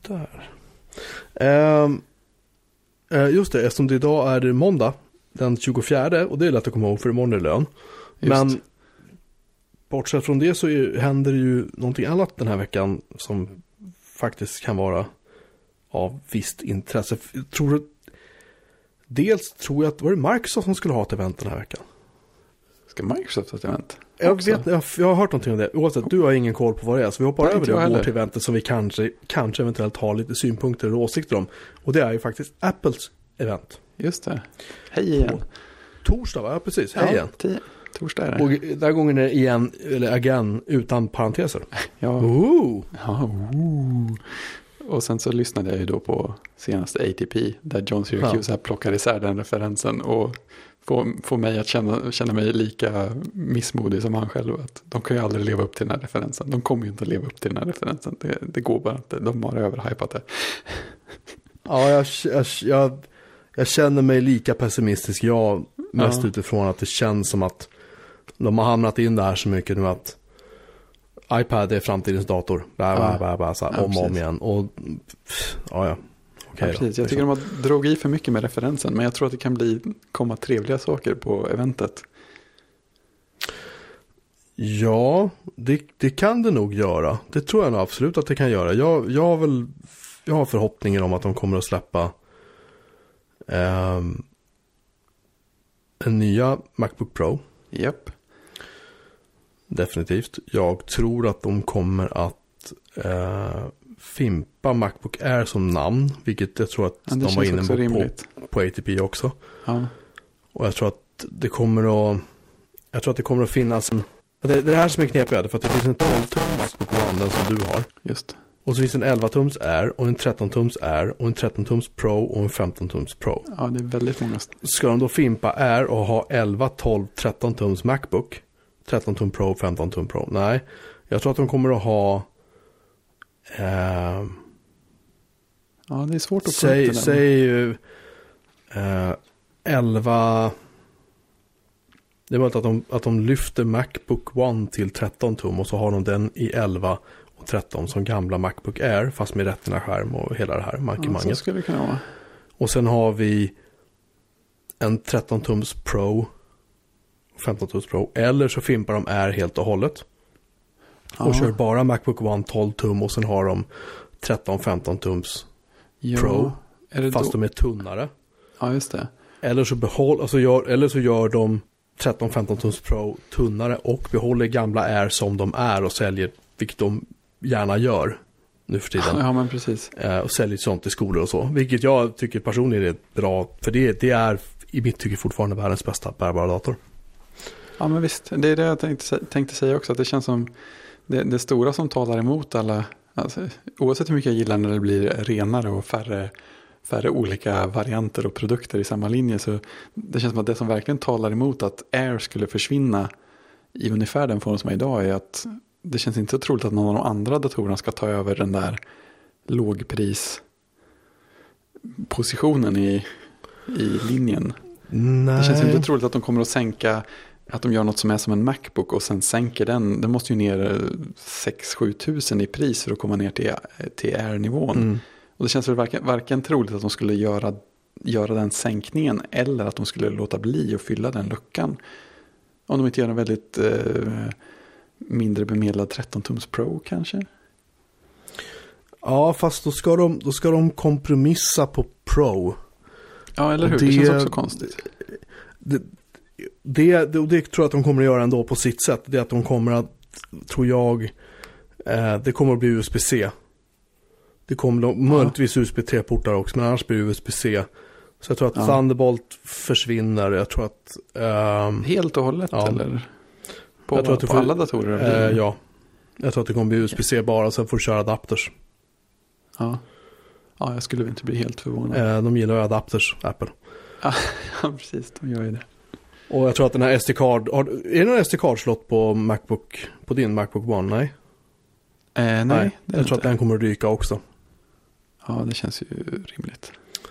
Där. Just det, eftersom det idag är det måndag den 24 och det är lätt att komma ihåg för imorgon är lön. Men bortsett från det så händer det ju någonting annat den här veckan som faktiskt kan vara av visst intresse. Dels tror jag att var det Microsoft som skulle ha ett event den här veckan. Ska Microsoft ha ett event? Jag har hört någonting om det. Oavsett, du har ingen koll på vad det är. Så vi hoppar över det och går till eventet som vi kanske eventuellt har lite synpunkter eller åsikter om. Och det är ju faktiskt Apples event. Just det. Hej igen. Torsdag, va? Ja, precis. Hej igen. Torsdag är det. Och den här gången är det igen, eller again, utan parenteser. Ja. Och sen så lyssnade jag ju då på senaste ATP där John Syracuse plockar isär den referensen och får mig att känna mig lika missmodig som han själv. Att de kan ju aldrig leva upp till den här referensen. De kommer ju inte att leva upp till den här referensen. Det går bara inte. De har överhypat det. Ja, jag känner mig lika pessimistisk. Mest utifrån att det känns som att de har hamnat in där så mycket nu att iPad är framtidens dator. Om och om igen. Och Okay, precis. Jag tycker de har dragit i för mycket med referensen. Men jag tror att det kan komma trevliga saker på eventet. Ja, det kan det nog göra. Det tror jag nog absolut att det kan göra. Jag har förhoppningen om att de kommer att släppa en nya MacBook Pro. Japp. Definitivt. Jag tror att de kommer att fimpa MacBook Air som namn. Vilket jag tror att de var inne på ATP också. Ja. Och jag tror att det kommer att finnas det här som är knepigt för att det finns en 12-tum MacBook One, den som du har. Just. Och så finns en 11-tums Air och en 13-tums Air och en 13-tums Pro och en 15-tums Pro. Ja, det är väldigt många. Ska de då fimpa Air och ha 11, 12, 13-tums Macbook, 13-tum Pro, 15-tum Pro? Nej, jag tror att de kommer att ha ja, det är svårt att säg 11. Det är möjligt att de lyfter Macbook One till 13-tum och så har de den i 11 och 13 som gamla Macbook Air fast med Retina-skärm och hela det här mankemanget. Så skulle det kunna vara. Och sen har vi en 13-tums Pro, 15-tums Pro, eller så fimpar de Air helt och hållet. Och kör bara Macbook One 12-tum och sen har de 13-15-tums Pro, fast de är tunnare. Ja, just det. Eller så gör de 13-15-tums Pro tunnare och behåller gamla Air som de är och säljer, vilket de gärna gör nu för tiden. Ja, men precis. Och säljer sånt i skolor och så. Vilket jag tycker personligen är bra, för det är i mitt tycke fortfarande världens bästa bärbara dator. Ja, men visst. Det är det jag tänkte säga också, att det känns som det stora som talar emot alla, alltså, oavsett hur mycket jag gillar när det blir renare och färre olika varianter och produkter i samma linje, så det känns som att det som verkligen talar emot att Air skulle försvinna i ungefär den form som är idag är att det känns inte så troligt att någon av de andra datorerna ska ta över den där lågprispositionen i linjen. Nej. Det känns inte troligt att de kommer att sänka, att de gör något som är som en MacBook och sen sänker den. Den måste ju ner 6-7 tusen i pris för att komma ner till Air-nivån. Och det känns väl varken troligt att de skulle göra den sänkningen eller att de skulle låta bli att fylla den luckan. Om de inte gör en väldigt mindre bemedlad 13-tums Pro kanske. Ja, fast då ska de kompromissa på Pro. Ja, eller hur? Det känns också konstigt. Det tror jag att de kommer att göra ändå på sitt sätt. Det är att de kommer att, tror jag, det kommer att bli USB-C. Det kommer möjligtvis USB 3-portar också, men annars blir det USB-C. Så jag tror att Thunderbolt försvinner. Jag tror att... helt och hållet, eller? På alla datorer? Ja. Jag tror att det kommer bli USB-C bara, sen får du köra adapters. Ja, jag skulle inte bli helt förvånad. De gillar adapters, Apple. Ja, precis, de gör ju det. Och jag tror att den här SD-card... Är det någon SD-card-slott på MacBook, på din MacBook One? Nej. Nej. Jag tror att den kommer att ryka också. Ja, det känns ju rimligt.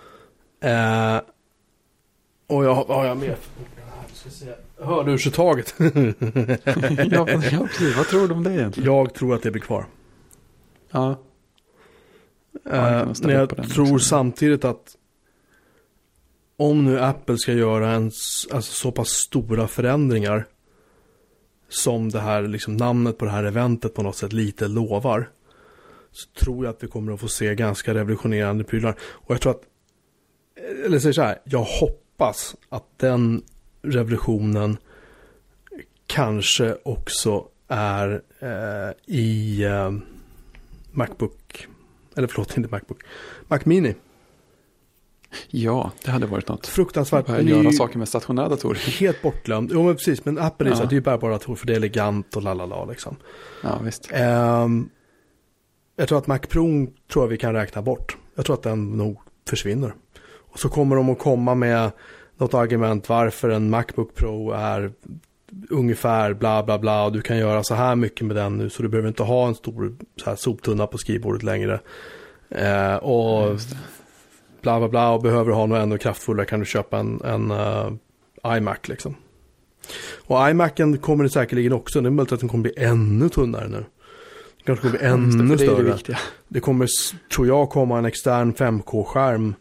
Och jag har med. Hörlursuttaget. Ja, precis. Vad tror du om det egentligen? Jag tror att det blir kvar. Ja. Men jag tror samtidigt att om nu Apple ska göra så pass stora förändringar som det här liksom, namnet på det här eventet på något sätt lite lovar, så tror jag att vi kommer att få se ganska revolutionerande prylar. Och jag tror att, eller säger så här, jag hoppas att den revolutionen kanske också är i MacBook, eller förlåt, inte MacBook, Mac Mini. Ja, det hade varit något. Fruktansvärt. Att göra saker med stationära datorer. Helt bortglömd. Jo, men precis. Men Apple är så att det är ju bara datorer för det är elegant och lalala liksom. Ja, visst. Jag tror att Mac Pro tror jag vi kan räkna bort. Jag tror att den nog försvinner. Och så kommer de att komma med något argument varför en MacBook Pro är ungefär bla bla bla och du kan göra så här mycket med den nu så du behöver inte ha en stor så här soptunna på skrivbordet längre. Och bla bla bla, och behöver ha något ännu kraftfullare kan du köpa en iMac liksom. Och iMacen kommer det säkerligen också, det är möjligt att den kommer bli ännu tunnare nu. Det kanske kommer bli ännu större. Det kommer, tror jag, komma en extern 5K-skärm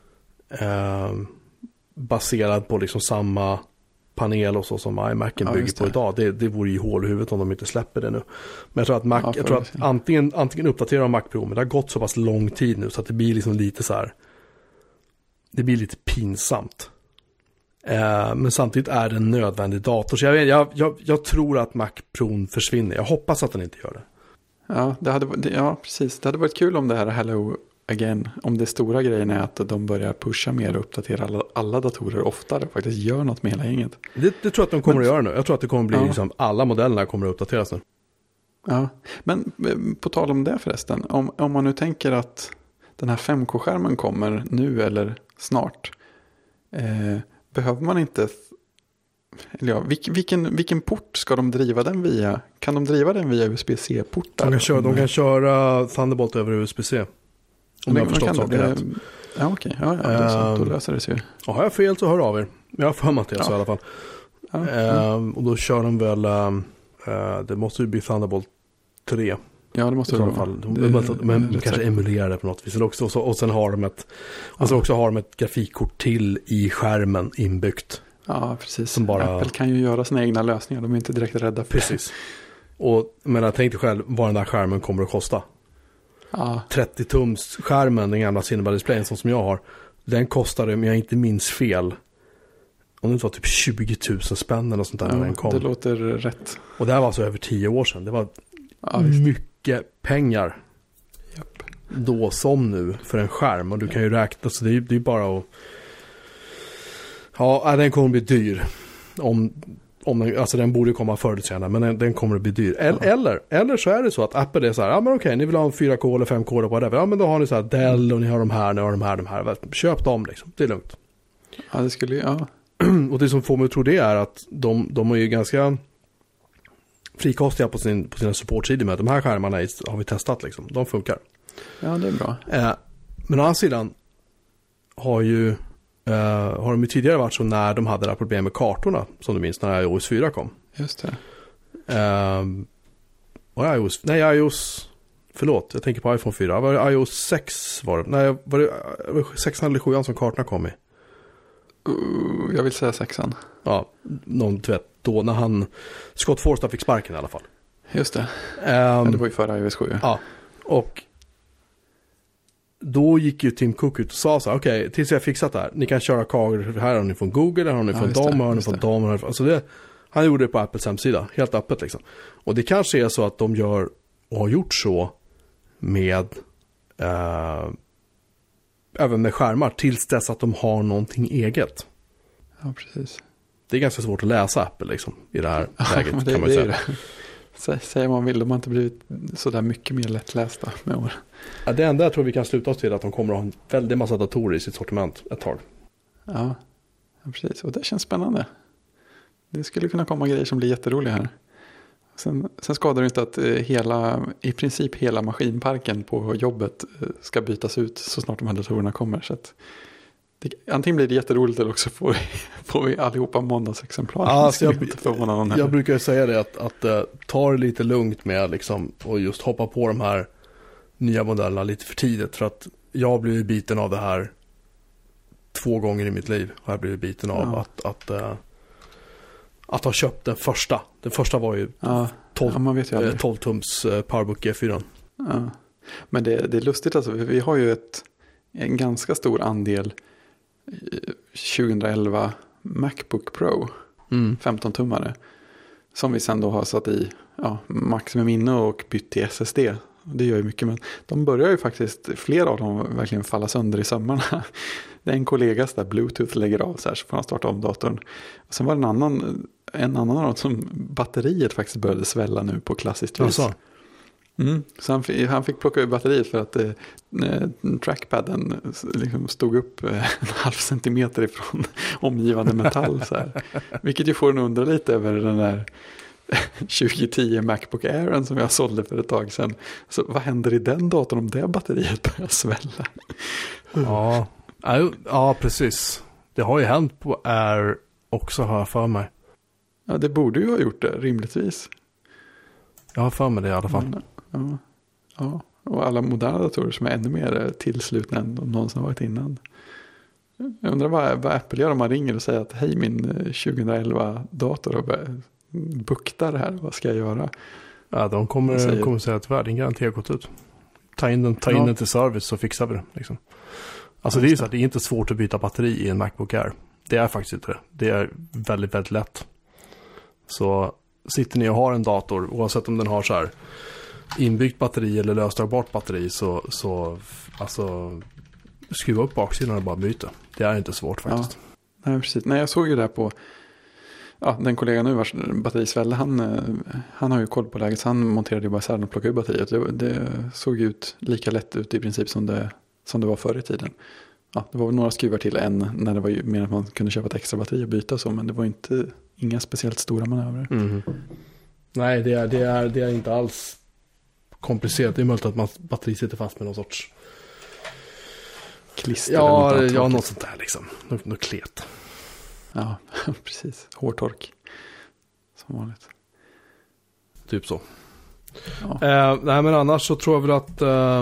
baserad på liksom samma panel och så som iMacen bygger på idag. Det vore ju hål i huvudet om de inte släpper det nu. Men jag tror att jag tror att antingen uppdaterar de Mac Pro, men det har gått så pass lång tid nu så att det blir liksom lite så här, det blir lite pinsamt. Men samtidigt är det en nödvändig dator. Så jag tror att Mac Pro försvinner. Jag hoppas att den inte gör det. Ja, precis. Det hade varit kul om det här Hello Again, om det stora grejen är att de börjar pusha mer och uppdatera alla datorer oftare och faktiskt gör något med hela gänget. Det tror jag att de kommer att göra nu. Jag tror att det kommer bli liksom, alla modellerna kommer att uppdateras nu. Ja, men på tal om det förresten, om man nu tänker att den här 5K-skärmen kommer nu eller snart, behöver man inte, eller ja, vilken port ska de driva den via? Kan de driva den via USB-C-portar? De kan köra Thunderbolt över USB-C. Om jag har förstått saker rätt. Ja, okej. Ja, då löser det sig. Har jag fel så hör av er. Jag har för mig det så i alla fall. Och då kör de väl, det måste ju bli Thunderbolt 3. Ja, det måste i alla fall. Men kanske emulerar det på något vis. Och sen har de ett grafikkort till i skärmen inbyggt. Ja, precis. Som Apple kan ju göra sina egna lösningar. De är inte direkt rädda för precis. Men jag tänkte själv vad den där skärmen kommer att kosta. 30-tums skärmen, den gamla Cinema-displayen som jag har, den kostade, men jag inte minns fel, om det inte var typ 20 000 spänn eller sånt där när den kom. Det låter rätt. Och det här var alltså över 10 år sedan. Det var mycket pengar. Japp. Då som nu för en skärm. Och du kan ju räkna, så det är bara att... Ja, den kommer att bli dyr. Alltså den borde komma förr senare, men den kommer att bli dyr. Eller så är det så att Apple är så här, ja men okej, ni vill ha en 4K eller 5K eller whatever. Ja men då har ni så här Dell och ni har de här. Köp dem liksom, det är lugnt. Ja, det skulle ju, Och det som får mig att tro det är att de är ju ganska frikostiga på sina supportsidor med. De här skärmarna har vi testat liksom. De funkar. Ja, det är bra. Men å andra sidan har de ju tidigare varit så när de hade det här problem med kartorna, som du minns när iOS 4 kom. Just det. Förlåt, jag tänker på iPhone 4. Var det iOS 6 var det? Nej, var det 6 eller 7 som kartorna kom i? Jag vill säga 6. Ja, du vet, då när Scott Forstall fick sparken i alla fall. Just det. Det var ju före iOS 7. Ja, och då gick ju Tim Cook ut och sa så här: okej, tills jag fixat det här, ni kan köra kartor, här har ni från Google, här har ni från dem, här har ni från dem. Alltså han gjorde det på Apples hemsida, helt öppet liksom. Och det kanske är så att de gör och har gjort så med även med skärmar tills dess att de har någonting eget. Ja, precis. Det är ganska svårt att läsa Apple liksom, i det här läget, kan man ju säga. Säger man vill, de har inte blivit så där mycket mer lättlästa med år. Ja, det enda jag tror vi kan sluta oss till är att de kommer att ha en väldigt massa datorer i sitt sortiment ett tag. Ja, precis. Och det känns spännande. Det skulle kunna komma grejer som blir jätteroliga här. Sen skadar det inte att i princip hela maskinparken på jobbet ska bytas ut så snart de här datorerna kommer. Så att antingen blir det jätteroligt eller också får vi allihopa måndagsexemplar. Alltså jag brukar säga det att ta det lite lugnt med liksom, och just hoppa på de här nya modellerna lite för tidigt. För att jag blev biten av det här 2 gånger i mitt liv. Och jag blev biten av att ha köpt den första. Den första var ju 12 tums PowerBook G4. Ja. Men det är lustigt alltså. Vi har ju en ganska stor andel 2011 MacBook Pro 15-tummare som vi sen då har satt i maximum minne och bytt till SSD. Det gör ju mycket, men de börjar ju faktiskt, flera av dem verkligen falla sönder i sömmarna. Det är en kollegas där Bluetooth lägger av så får han starta om datorn. Och sen var det en annan av dem som batteriet faktiskt började svälla nu på klassiskt vis. Så han fick plocka ur batteriet för att trackpadden liksom stod upp 0,5 centimeter ifrån omgivande metall. Så här. Vilket ju får en undra lite över den där 2010 Macbook Airen som jag sålde för ett tag sedan. Så vad händer i den datorn om det batteriet börjar svälla? Ja, precis. Det har ju hänt på Air också, har jag för mig. Ja, det borde ju ha gjort det, rimligtvis. Jag har för mig det i alla fall. Ja. Och alla moderna datorer som är ännu mer tillslutna än de någonsin har varit innan. Jag undrar vad Apple gör om man ringer och säger att hej, min 2011-dator har buktar här, vad ska jag göra? Ja, de kommer säga att världen garanterar gått ut. Ta in den till service så fixar vi det. Liksom. Alltså det är ju så att det är inte svårt att byta batteri i en Macbook Air. Det är faktiskt inte det. Det är väldigt, väldigt lätt. Så sitter ni och har en dator, oavsett om den har så här inbyggt batteri eller löstagbart batteri, så alltså skruva upp baksidan och bara byta. Det är inte svårt faktiskt. Ja. Nej, precis. Nej, jag såg ju det på den kollegan nu vars batteri svällde, han har ju koll på läget, så han monterade ju bara isär och plockade ur batteriet. Det såg ut lika lätt ut i princip som det var förr i tiden. Ja, det var väl några skruvar till än när det var ju mer att man kunde köpa ett extra batteri och byta så, men det var inga speciellt stora manövrer. Nej, det är inte alls komplicerat. Det är möjligt att batteri sitter fast med någon sorts klister. Ja, något sånt där liksom. Något klet. Ja, precis. Hårtork. Som vanligt. Typ så. Ja. Nej, men annars så tror jag väl att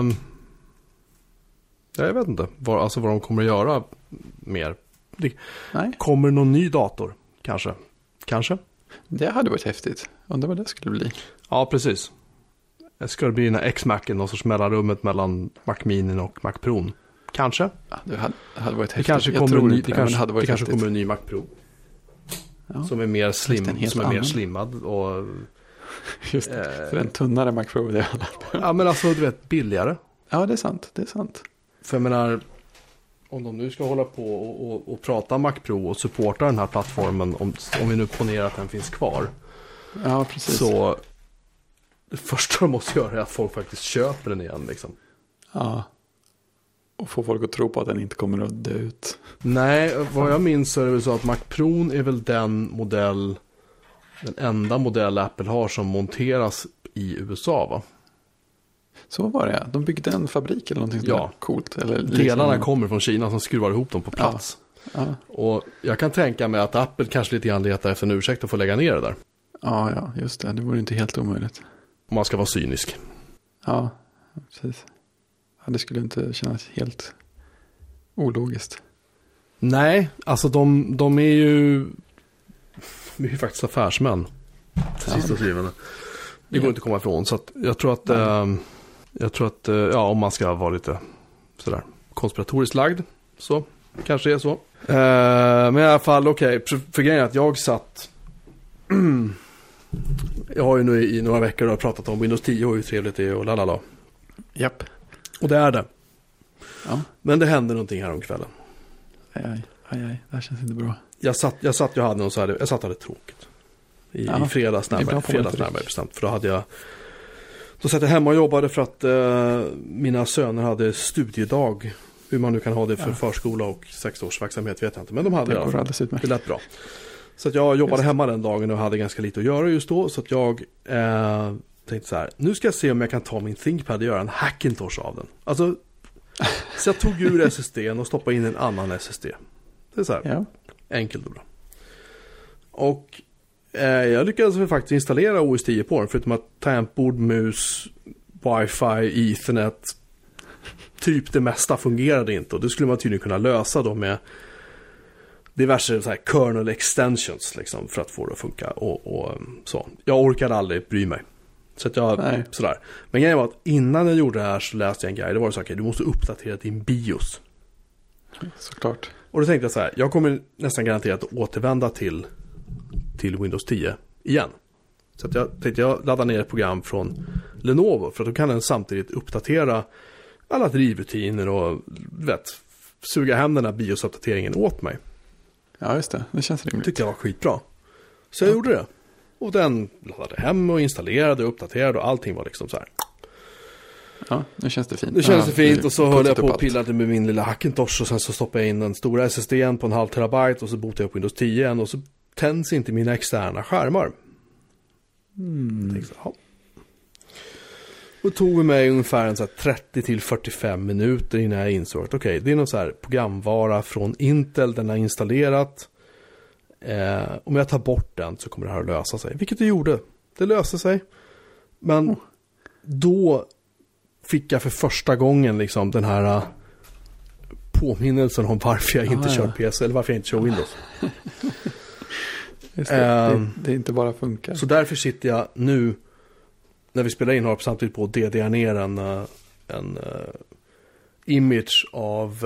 jag vet inte vad de kommer att göra mer. Kommer någon ny dator? Kanske. Det hade varit häftigt. Undrar vad det skulle bli. Ja, precis. Ska det bli den här X-Macen, någon sorts mellanrummet mellan Mac Mini och Mac Pro? Kanske. Ja, det hade varit häftigt. Det kanske kommer en ny Mac Pro. Ja. Som är mer mer slimmad och just det, för en tunnare Mac Pro det. Ja, men alltså du vet, billigare. Ja, det är sant. För jag menar, om de nu ska hålla på och prata Mac Pro och supporta den här plattformen, om vi nu ponerar att den finns kvar. Ja, precis. Så det första de måste göra är att folk faktiskt köper den igen liksom. Ja. Och få folk att tro på att den inte kommer att dö ut. Nej, vad jag minns så är det väl så att Mac Pro är väl den modell den enda modell Apple har som monteras i USA, va? Så var det, de byggde en fabrik eller någonting sådär coolt. Eller delarna kommer från Kina som skruvar ihop dem på plats. Ja. Och jag kan tänka mig att Apple kanske lite grann letar efter en ursäkt att få lägga ner det där. Ja, just det. Det vore inte helt omöjligt. Om man ska vara cynisk. Ja, precis. Ja, det skulle inte kännas helt ologiskt. Nej, alltså de är ju faktiskt affärsmän. Sista skrivande. Det går inte att komma ifrån. Så att jag tror att om man ska vara lite sådär konspiratoriskt lagd, så kanske det är så. Men i alla fall, okej. För grejen är att jag satt jag har ju nu i några veckor pratat om Windows 10 och hur trevligt det är och lalala. Japp. Och det är det. Ja. Men det hände någonting här om kvällen. Aj, det här känns inte bra. Jag satt och hade tråkigt. I fredags närmare bestämt. För då satt jag hemma och jobbade för att mina söner hade studiedag. Hur man nu kan ha det för förskola och 6-årsverksamhet vet jag inte. Men de hade det lät bra. Så att jag jobbade hemma den dagen och hade ganska lite att göra just då. Så att jag tänkte så här, nu ska jag se om jag kan ta min ThinkPad och göra en Hackintosh av den. Alltså, så jag tog ur SSD:n och stoppade in en annan SSD. Det är så här, enkelt och bra. Och jag lyckades faktiskt installera OS 10 på den, förutom att tangentbord, mus, wifi, ethernet, typ det mesta fungerade inte. Och det skulle man tydligen kunna lösa då med diverse så här kernel extensions liksom, för att få det att funka och så. Jag orkade aldrig bry mig. Så att jag sådär. Men grejen var att innan jag gjorde det här så läste jag en guide. Det var så här, du måste uppdatera din BIOS. Såklart. Och då tänkte jag så här, jag kommer nästan garanterat att återvända till Windows 10 igen. Så att jag tänkte jag laddar ner ett program från Lenovo, för att då kan den samtidigt uppdatera alla drivrutiner och suga hem den här BIOS-uppdateringen åt mig. Ja, just det. Det känns rimligt. Tyckte jag var skitbra. Så jag gjorde det. Och den laddade hem och installerade och uppdaterade och allting var liksom så här. Ja, nu känns det fint. Nu känns det fint och så höll jag på och pillade med min lilla Hackintosh och sen så stoppade jag in den stora SSD:n på 1,5 terabyte och så botade jag upp Windows 10 igen och så tänds inte mina externa skärmar. Så, och det tog mig ungefär en så här 30-45 minuter innan jag insåg att okej, det är någon så här programvara från Intel, den har installerat. Om jag tar bort den så kommer det här att lösa sig. Vilket det gjorde. Det löste sig. Men då fick jag för första gången liksom den här påminnelsen om varför jag inte kör PC eller varför jag inte kör Windows. Just det. Det inte bara funkar. Så därför sitter jag nu när vi spelar in har jag samtidigt på att DDR ner en image av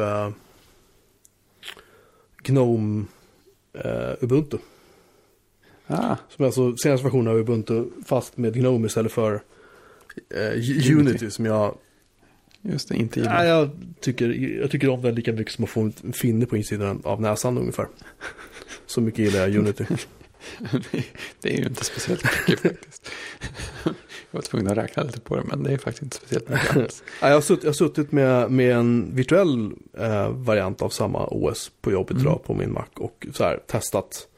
GNOME Ubuntu. Som är alltså senaste versionen av Ubuntu fast med GNOME istället för Unity som jag just det, inte gillar. Jag tycker om den lika mycket som att få en finne på insidan av näsan ungefär. Så mycket gillar jag Unity. Det är ju inte speciellt mycket faktiskt. Jag var tvungen att räkna lite på det, men det är faktiskt inte speciellt mycket alls. Jag har suttit med en virtuell variant av samma OS på jobbet idag på min Mac och så här testat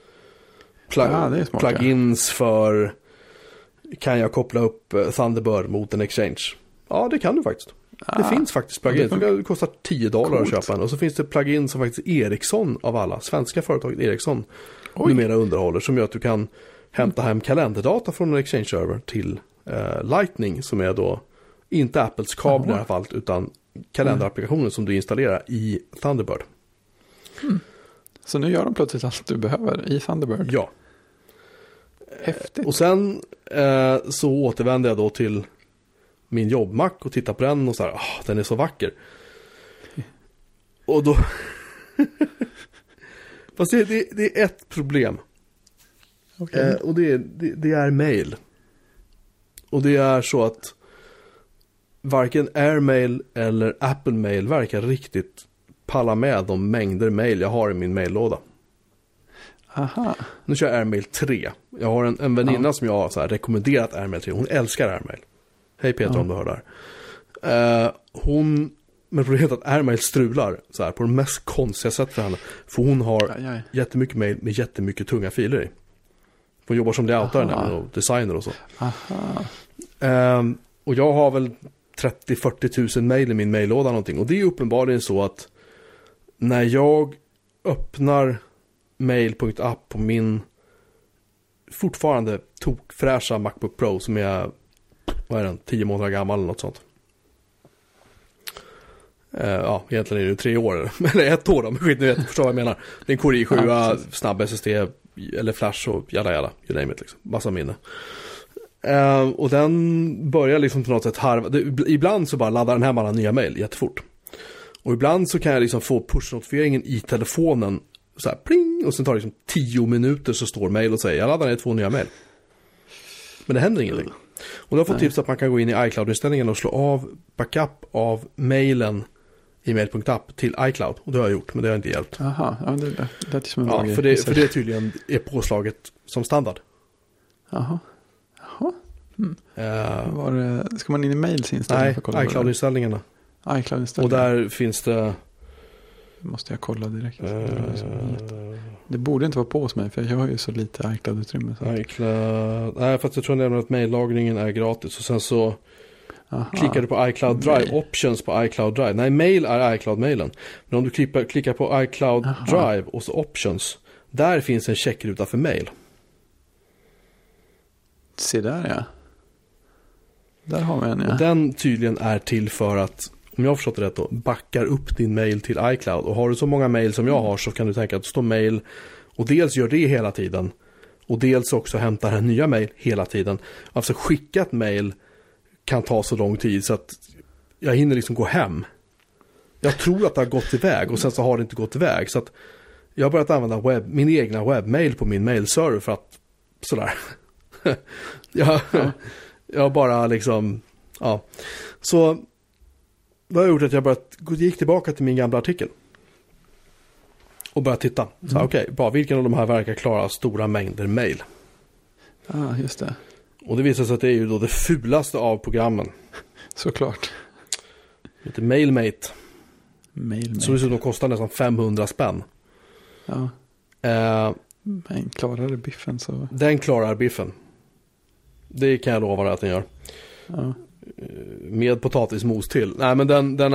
plugins för kan jag koppla upp Thunderbird mot en Exchange? Ja, det kan du faktiskt. Det finns faktiskt plugins. Det kostar $10 att köpa en. Och så finns det plugin som faktiskt Ericsson av alla, svenska företaget Ericsson numera underhåller, som gör att du kan hämta hem kalenderdata från en Exchange-server till Lightning, som är då inte Apples kabel i alla fall, utan kalenderapplikationen som du installerar i Thunderbird. Så nu gör de plötsligt allt du behöver i Thunderbird? Ja. Häftigt. Och sen så återvände jag då till min jobbmack och tittade på den och så här, den är så vacker. Och då fast det är ett problem. Okay. Och det är mail. Och det är så att varken Airmail eller Apple Mail verkar riktigt palla med de mängder mail jag har i min maillåda. Aha. Nu kör jag Airmail 3. Jag har en väninna som jag har så här rekommenderat Airmail 3. Hon älskar Airmail. Hej Peter om du hör där. Men problemet är att Airmail strular så här, på det mest konstiga sätt för henne. För hon har jättemycket mail med jättemycket tunga filer i. Hon jobbar som layoutare och designer och så. Och jag har väl 30-40 000 mejl i min mejllåda någonting. Och det är uppenbarligen så att när jag öppnar mail.app på min fortfarande tokfräscha MacBook Pro som är, 10 månader gammal eller något sånt. Egentligen är det 3 år eller 1 år då, men skit, ni vet, förstår vad jag menar. Det är en Core i7, snabb SSD eller flash och jada, you name it liksom. Massa minne. Och den börjar liksom på något sätt ibland så bara laddar den här alla nya mejl jättefort. Och ibland så kan jag liksom få push-notifieringen i telefonen så här pling, och sen tar det liksom 10 minuter så står mejl och säger jag laddar ner 2 nya mejl. Men det händer ingenting. Och då har jag fått tips att man kan gå in i iCloud-inställningen och slå av backup av mejlen i mail.app till iCloud. Och det har jag gjort, men det har inte hjälpt. Jaha, det lät som en för det tydligen är påslaget som standard. Jaha. Ska man in i mails inställningen? Nej, iCloud-inställningarna. Och där finns det... Måste jag kolla direkt. Det borde inte vara på hos mig, för jag har ju så lite iCloud-utrymme. Nej, för att jag tror nämligen att maillagringen är gratis. Och sen så klickar du på iCloud Drive, options på iCloud Drive. Nej, mail är iCloud-mailen. Men om du klickar på iCloud Drive och så options, där finns en checkruta för mail. Se där, ja. Där har vi en, ja. Och den tydligen är till för att, om jag har förstått det rätt då, backar upp din mail till iCloud. Och har du så många mail som jag har så kan du tänka att det står mail och dels gör det hela tiden och dels också hämtar en nya mail hela tiden. Alltså skickat mail kan ta så lång tid så att jag hinner liksom gå hem. Jag tror att det har gått iväg och sen så har det inte gått iväg. Så att jag har börjat använda min egna webbmail på min mailserver för att sådär. Jag bara liksom, Så det har gjort att jag gick tillbaka till min gamla artikel och började titta. Så okej, vilken av de här verkar klara stora mängder mail? Just det. Och det visar sig att det är ju då det fulaste av programmen. Såklart. Det heter MailMate. Så det kostar nästan 500 spänn. Ja. Men klarar det biffen så? Den klarar biffen. Det kan jag lova att den gör. Ja. Med potatismos till. Nej, men den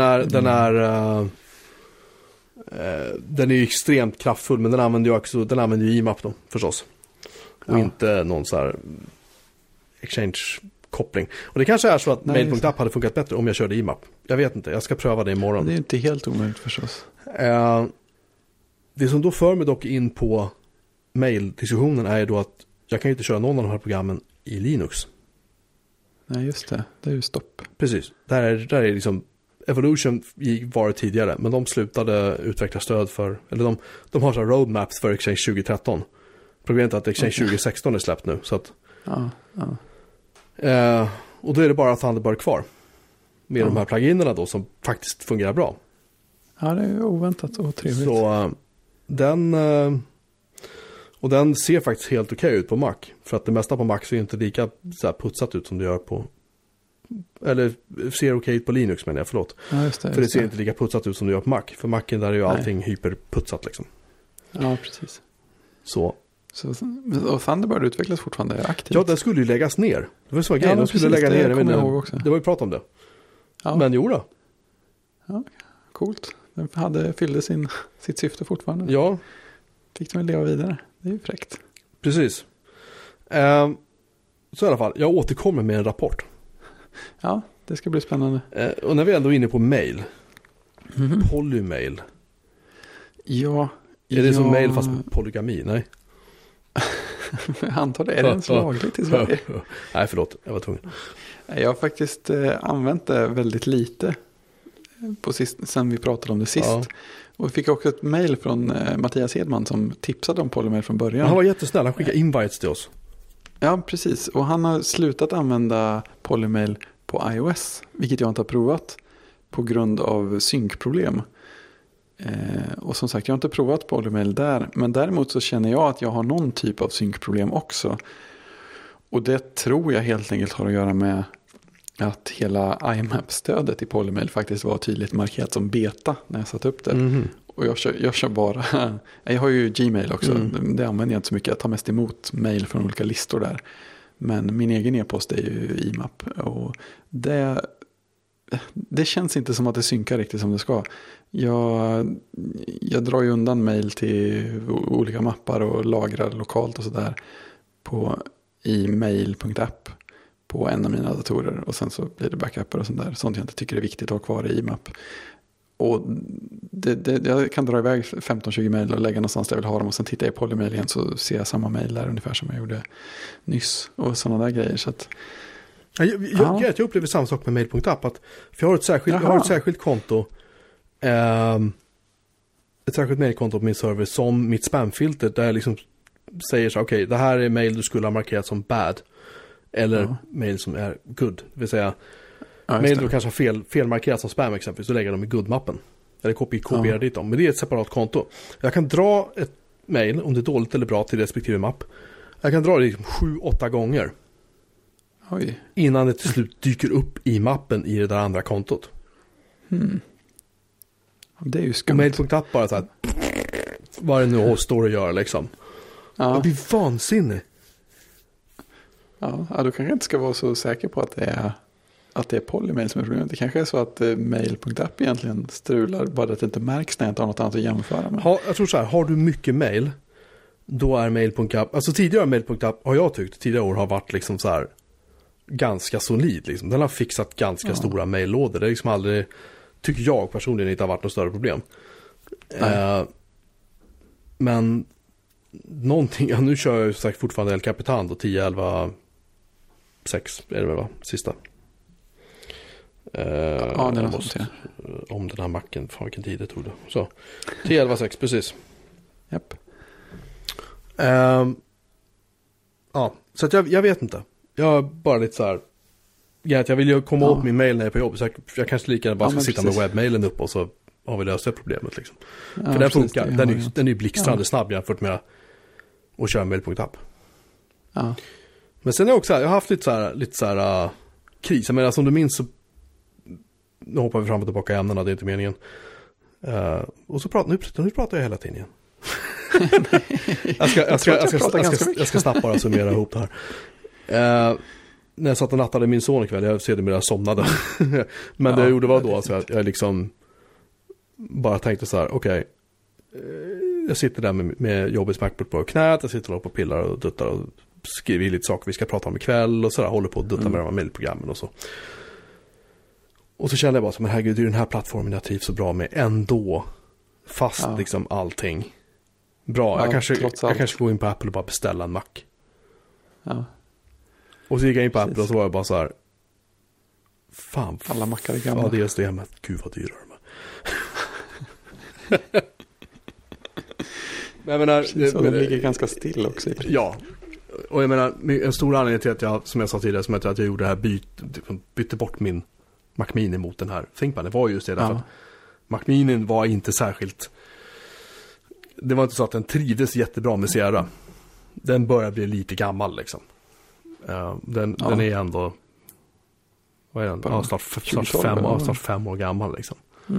är ju extremt kraftfull, men den använder ju IMAP då förstås. Och inte någon så här Exchange-koppling. Och det kanske är så att Mail.app hade funkat bättre om jag körde IMAP. Jag vet inte, jag ska pröva det imorgon. Det är inte helt omöjligt förstås. Det som då för mig dock in på mail-diskussionen är ju då att jag kan ju inte köra någon av de här programmen i Linux. Nej, just det. Det är ju stopp. Precis. Där är liksom Evolution var det tidigare, men de slutade utveckla stöd för, eller de har så här roadmaps för Exchange 2013. Problemet är att Exchange 2016 är släppt nu, så att och då är det bara Thunderbird kvar med de här pluginerna då som faktiskt fungerar bra. Ja, det är oväntat och trevligt. Så den ser faktiskt helt okej ut på Mac. För att det mesta på Mac ser inte lika så här putsat ut som det gör på... Eller ser okej ut på Linux, menar jag, förlåt. Ja, just det, för det ser inte lika putsat ut som det gör på Mac. För Macen där är ju allting hyperputsat liksom. Ja, precis. Så och Thunderbird utvecklas fortfarande aktivt. Ja, den skulle ju läggas ner. Det var så grejen, de skulle lägga ner den. Det var ju prat om det. Ja. Men jo då. Ja, coolt. Den fyllde sitt syfte fortfarande. Ja. Fick de leva vidare. Det är ju fräckt. Precis. Så i alla fall, jag återkommer med en rapport. Ja, det ska bli spännande. Och när vi ändå är inne på mail. Polymail. Ja. Är det som mail fast polygami? Nej. Jag antar det. Är det ens lagligt i Sverige? Nej, förlåt. Jag var tvungen. Jag har faktiskt använt det väldigt lite sen vi pratade om det sist. Ja. Och vi fick också ett mejl från Mattias Hedman som tipsade om Polymail från början. Han var jättesnäll, han skickade invites till oss. Ja, precis. Och han har slutat använda Polymail på iOS, vilket jag inte har provat på grund av synkproblem. Och som sagt, jag har inte provat Polymail där, men däremot så känner jag att jag har någon typ av synkproblem också. Och det tror jag helt enkelt har att göra med att hela IMAP-stödet i Polymail faktiskt var tydligt markerat som beta när jag satt upp det. Och jag kör bara, jag har ju Gmail också, det använder jag inte så mycket. Jag tar mest emot mail från olika listor där. Men min egen e-post är ju IMAP. Och det känns inte som att det synkar riktigt som det ska. Jag drar ju undan mail till olika mappar och lagrar lokalt och sådär i mail.app på en av mina datorer. Och sen så blir det backuper och sånt där. Sånt jag inte tycker är viktigt att ha kvar i IMAP. Och jag kan dra iväg 15-20 mejl och lägga någonstans där jag vill ha dem. Och sen tittar jag på Polymail igen så ser jag samma mejl där ungefär som jag gjorde nyss. Och sådana där grejer. Så att, jag upplever samma sak med mail.app. För jag har ett särskilt konto. Ett särskilt mailkonto på min server som mitt spamfilter. Där jag liksom säger så okej, det här är mail du skulle ha markerat som bad. Eller mail som är good. Det vill säga mail du kanske har felmarkerat som spam exempelvis. Så lägger jag dem i good-mappen. Eller kopierar dit dem. Men det är ett separat konto. Jag kan dra ett mail om det är dåligt eller bra till respektive mapp. Jag kan dra det liksom 7-8 gånger. Oj. Innan det till slut dyker upp i mappen i det där andra kontot. Det är ju skumt. Och mail.app bara så här. Vad det nu står att göra liksom. Jag blir vansinnig. Ja, då kanske jag inte ska vara så säker på att det är Polymail som är problemet. Det kanske är så att mail.app egentligen strular bara att det inte märks när jag inte har något annat att jämföra med. Jag tror så här, har du mycket mail då är mail.app, alltså tidigare mail.app har jag tyckt tidigare år har varit liksom så här ganska solid liksom. Den har fixat ganska stora maillådor. Det är liksom aldrig, tycker jag personligen, inte har varit något större problem. Men någonting, nu kör jag sagt fortfarande El Capitan då 10-11 6 är det väl va? Sista. Det är något sånt, om den här macken, fan vilken tid det tog det. Så, 10-11-6, precis. Japp. Så att jag vet inte. Jag är bara lite så här. Jag vill ju komma åt min mail när jag är på jobb. Så jag kanske lika gärna bara ska sitta med webbmailen upp och så har vi löst det problemet liksom. För den funkar, den är ju blixtrande snabb jämfört med att köra mail.app. Ja. Men sen är jag också jag har haft lite så här kris. Jag menar, som du minns så nu hoppar vi fram och tillbaka i ämnena, det är inte meningen. Och så nu pratar jag hela tiden igen. jag ska snabbt bara summera ihop det här. När jag satt och nattade min son ikväll, jag ser det med jag somnade. Men det jag gjorde var då alltså, jag liksom bara tänkte så här, okej, jag sitter där med jobbets MacBook på knät, jag sitter och pillar och duttar och skriver lite saker vi ska prata om ikväll och sådär, håller på att dutta med de här mailprogrammen och så. Och så kände jag bara som, men herregud, det är den här plattformen jag trivs så bra med ändå, fast liksom allting bra. Jag kanske går in på Apple och bara beställa en Mac. Ja. Och så gick jag in på Apple och så var jag bara så här, fan, alla mackar är gamla. Ja, det är just det med, gud vad dyra de är. Men jag menar, så det ligger ganska still också. Ja. Och jag menar, en stor anledning till att jag, som jag sa tidigare, som att jag gjorde det här bytte bort min Mac Mini mot den här ThinkPad, det var just det därför att Mac Mini var inte särskilt, det var inte så att den trivdes jättebra med Sierra. Den börjar bli lite gammal liksom. Den är ändå, vad är den? Snart 5 år gammal liksom.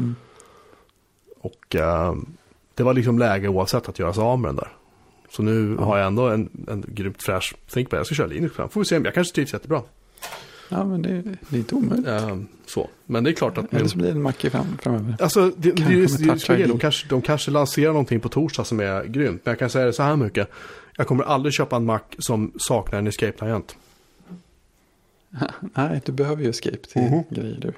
Och det var liksom läge oavsett att göra sig av med den där. Så nu har jag ändå en grymt fräsch ThinkPad. Jag ska köra Linux. Får vi se om jag kanske trivs jättebra. Ja, men det är inte omöjligt. Så. Men det är klart att... Eller så blir det en Mac framöver. Alltså, de kanske lanserar någonting på torsdag som är grymt. Men jag kan säga det så här mycket. Jag kommer aldrig köpa en Mac som saknar en Escape-tangent. Nej, du behöver ju Escape till grejer du.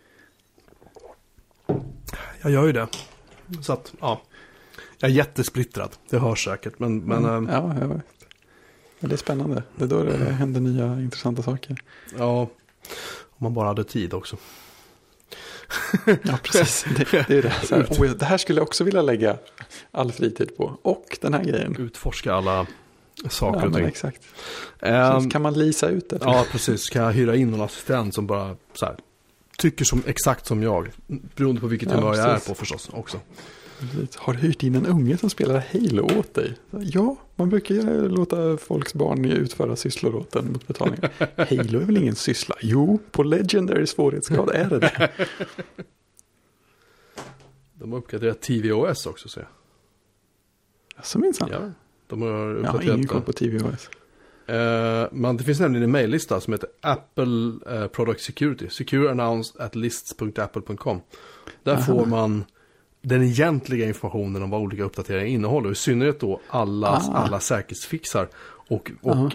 Jag gör ju det. Så att, ja. Jag är jättesplittrad. Det hörs säkert. Men ja, jag vet. Men det är spännande. Det är då det händer nya intressanta saker. Ja, om man bara hade tid också. Ja, precis. Det är det. Så här, det här skulle jag också vilja lägga all fritid på. Och den här grejen. Utforska alla saker och ting. Exakt. Kan man lisa ut det? Ja, precis. Kan jag hyra in någon assistent som bara så här, tycker exakt som jag. Beroende på vilket humör jag är på förstås också. Har du hyrt in en unge som spelar Halo åt dig? Ja, man brukar låta folks barn utföra sysslor åt den mot betalning. Halo är väl ingen syssla? Jo, på Legendary svårighetsgrad är det. De har uppgraderat tvOS också, så jag. Så minsann. Ja, de har uppdaterat. Jag har ingen koll på tvOS. Men det finns nämligen en mejllista som heter Apple Product Security. Secure announced at lists.apple.com. Där får man den egentliga informationen om vad olika uppdateringar innehåller. I synnerhet då alla säkerhetsfixar. Och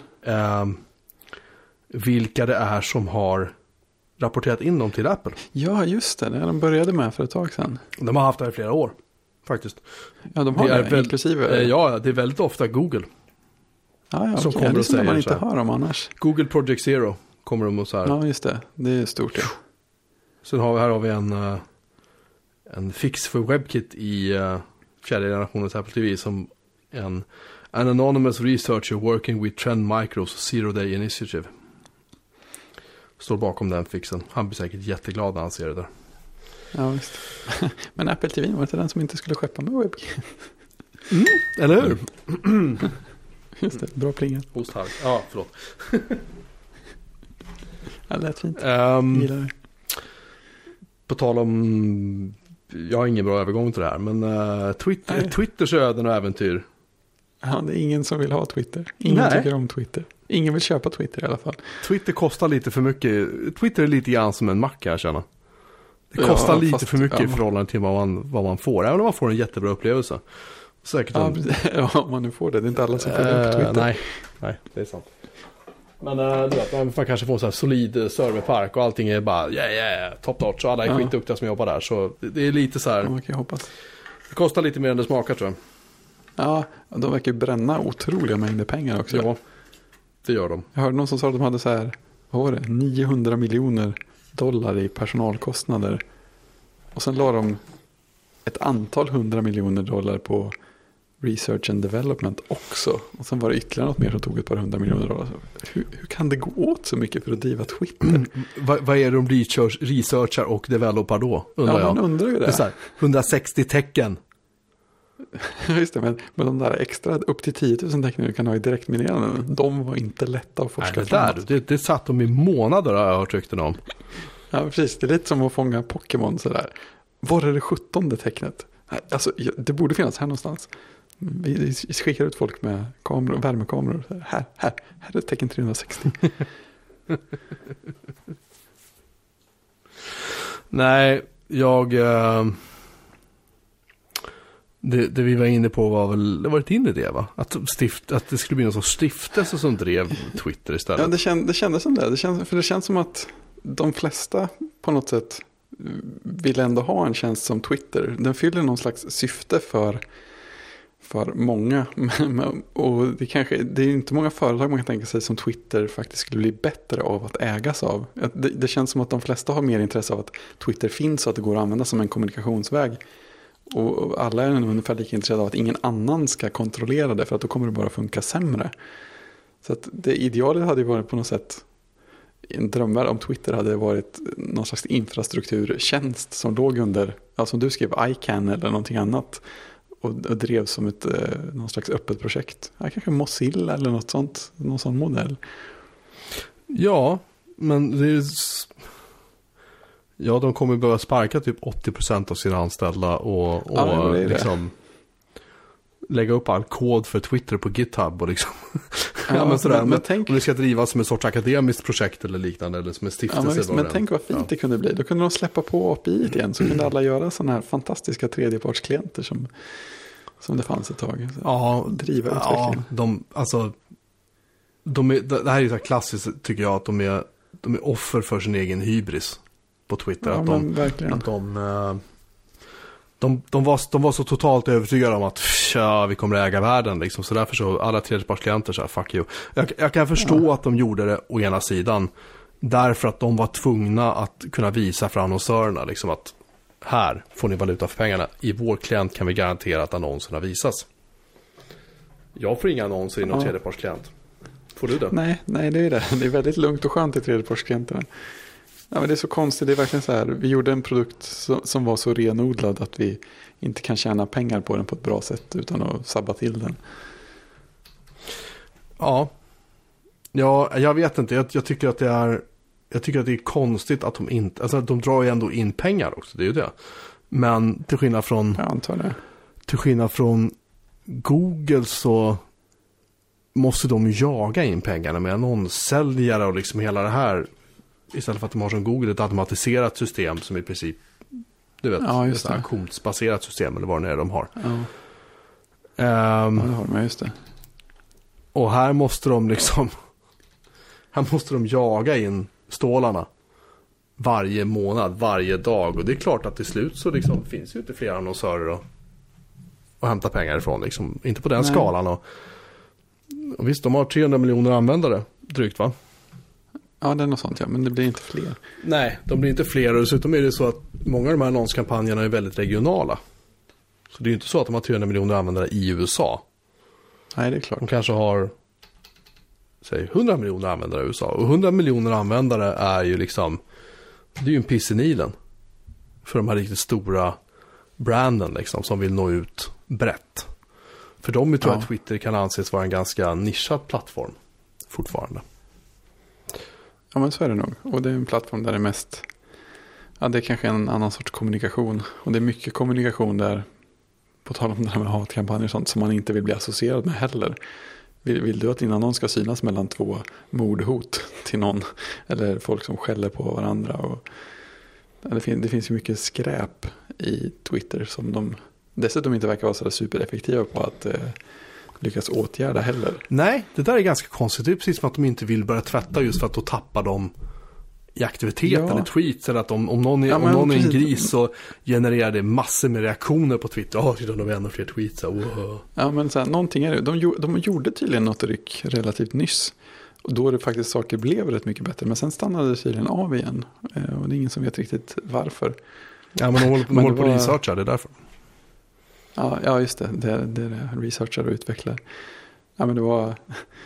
vilka det är som har rapporterat in dem till Apple. Ja, just det. De började med för ett tag sedan. De har haft det här i flera år, faktiskt. Ja, de har det inklusive. Ja, det är väldigt ofta Google. Som kommer och säger man inte hör om annars. Google Project Zero kommer de och så här. Ja, just det. Det är stort. Ja. Sen har vi en fix för WebKit i fjärde generationens Apple TV som an anonymous researcher working with Trend Micros Zero Day Initiative. Står bakom den fixen. Han blir säkert jätteglad när han ser det där. Ja, visst. Men Apple TV var inte den som inte skulle skeppa med WebKit. Eller hur? Just det, bra plingat. Hosthark. Ja, förlåt. Ja, det lät fint. Gillar det. På tal om... Jag har ingen bra övergång till det här, men Twitters öden och äventyr. Ja, det är ingen som vill ha Twitter. Ingen tycker om Twitter. Ingen vill köpa Twitter i alla fall. Twitter kostar lite för mycket. Twitter är lite grann som en mack, jag känner. Det kostar lite för mycket i förhållande till vad man får. Även om man får en jättebra upplevelse. Säkert om man nu får det. Det är inte alla som får det på Twitter. Nej, det är sant. Men du vet, man kanske får en sån här solid serverpark och allting är bara top notch och alla är skitduktiga som jobbar där. Så det är lite så här. Man kan hoppas. Det kostar lite mer än det smakar, tror jag. Ja, de verkar ju bränna otroliga mängder pengar också. Ja, det gör de. Jag hörde någon som sa att de hade så här, vad var det? $900 miljoner i personalkostnader. Och sen la de ett antal $100 miljoner på research and development också. Och sen var det ytterligare något mer som tog ett par $100 miljoner. Hur kan det gå åt så mycket för att driva Twitter? Vad är det de researchar och developar då? Man undrar ju det. Det är så här, 160 tecken. Just det, men de där extra upp till 10 000 tecken du kan ha i direktmeddelanden, de var inte lätta att forska fram. Det satt de i månader, har jag hört rykten om. Ja, precis. Det är lite som att fånga Pokémon sådär. Var är det 17:e tecknet? Alltså, det borde finnas här någonstans. Vi skickar ut folk med värmekameror. Här är tecken 360. Nej, det vi var inne på var ett din idé, va? Att det skulle bli någon sorts stiftelse som drev Twitter istället. Ja, det kändes som det. Det känns som att de flesta på något sätt vill ändå ha en tjänst som Twitter. Den fyller någon slags syfte för många. Och det är inte många företag man kan tänka sig som Twitter faktiskt skulle bli bättre av att ägas av. Det känns som att de flesta har mer intresse av att Twitter finns och att det går att använda som en kommunikationsväg. Och alla är ungefär lika intresserade av att ingen annan ska kontrollera det, för att då kommer det bara funka sämre. Så att det idealet hade ju varit på något sätt en drömvärld om Twitter hade varit någon slags infrastrukturtjänst som låg under, som du skrev, ICANN eller någonting annat och drev som någon slags öppet projekt. Kanske Mozilla eller någon sån modell. Ja, men det är... Ja, de kommer behöva sparka typ 80% av sina anställda och liksom lägga upp all kod för Twitter på GitHub och liksom. Men sådär, men tänk, om det ska drivas som ett sorts akademiskt projekt eller liknande, eller som en stiftelse. Men tänk vad fint det kunde bli. Då kunde de släppa på API igen, så kunde alla göra sådana här fantastiska tredjepartsklienter som det fanns ett tag. Driva utvecklingen. Det här är så här klassiskt, tycker jag, att de är offer för sin egen hybris på Twitter. Ja, de var så totalt övertygade om att vi kommer att äga världen liksom. Så därför så alla tredjepartsklienter så här, fuck you. Jag kan förstå att de gjorde det å ena sidan, därför att de var tvungna att kunna visa för annonsörerna liksom, att här får ni valuta för pengarna. I vår klient kan vi garantera att annonserna visas. Jag får inga annonser i någon tredjepartsklient. Får du det? Nej, det är det. Det är väldigt lugnt och skönt i tredjepartsklienterna. Ja, men det är så konstigt, det är verkligen så här. Vi gjorde en produkt som var så renodlad att vi inte kan tjäna pengar på den på ett bra sätt utan att sabba till den. Ja, jag vet inte. Jag tycker att det är konstigt att de inte, alltså de drar ju ändå in pengar också, det är ju det. Men till skillnad från... Jag antar det. Till skillnad från Google så måste de jaga in pengarna med annonssäljare och liksom hela det här. Istället för att de har som Google ett automatiserat system som i princip, du vet, ett auktionsbaserat system eller vad det är de har. Ja. Det har de, just det. Och här måste de jaga in stålarna varje månad, varje dag. Och det är klart att till slut så liksom finns ju inte fler annonsörer att hämta pengar ifrån. Liksom. Inte på den skalan. Och visst, de har 300 miljoner användare drygt, va? Ja, det är något sånt, ja. Men det blir inte fler. Nej, de blir inte fler. Och dessutom är det så att många av de här annonskampanjerna är väldigt regionala. Så det är ju inte så att de har 300 miljoner användare i USA. Nej, det är klart. De kanske har, säg, 100 miljoner användare i USA. Och 100 miljoner användare är ju liksom, det är ju en piss i Nilen för de här riktigt stora branden liksom, som vill nå ut brett. För dem tror jag att Twitter kan anses vara en ganska nischad plattform fortfarande. Ja, men så är det nog. Och det är en plattform där det är mest, ja, det är kanske en annan sorts kommunikation. Och det är mycket kommunikation där, på tal om det här med hatkampanjer och sånt, som man inte vill bli associerad med heller. Vill du att din annons ska synas mellan 2 mordhot till någon? Eller folk som skäller på varandra? Och, det finns ju mycket skräp i Twitter som de dessutom inte verkar vara så supereffektiva på att lyckas åtgärda heller. Nej, det där är ganska konstigt. Det är precis som att de inte vill börja tvätta just för att då tappar de i aktivitet eller tweets. Eller att om någon är en gris så genererar det massor med reaktioner på Twitter. Titta, de har ännu fler tweets. Ja, men så här, någonting är det. De gjorde tydligen något ryck relativt nyss. Och då det faktiskt saker blev rätt mycket bättre. Men sen stannade det tydligen av igen. Och det är ingen som vet riktigt varför. Ja, men de håller på att researcha, det är därför. Ja, just det. Det är researchar och utvecklar. Ja, men det var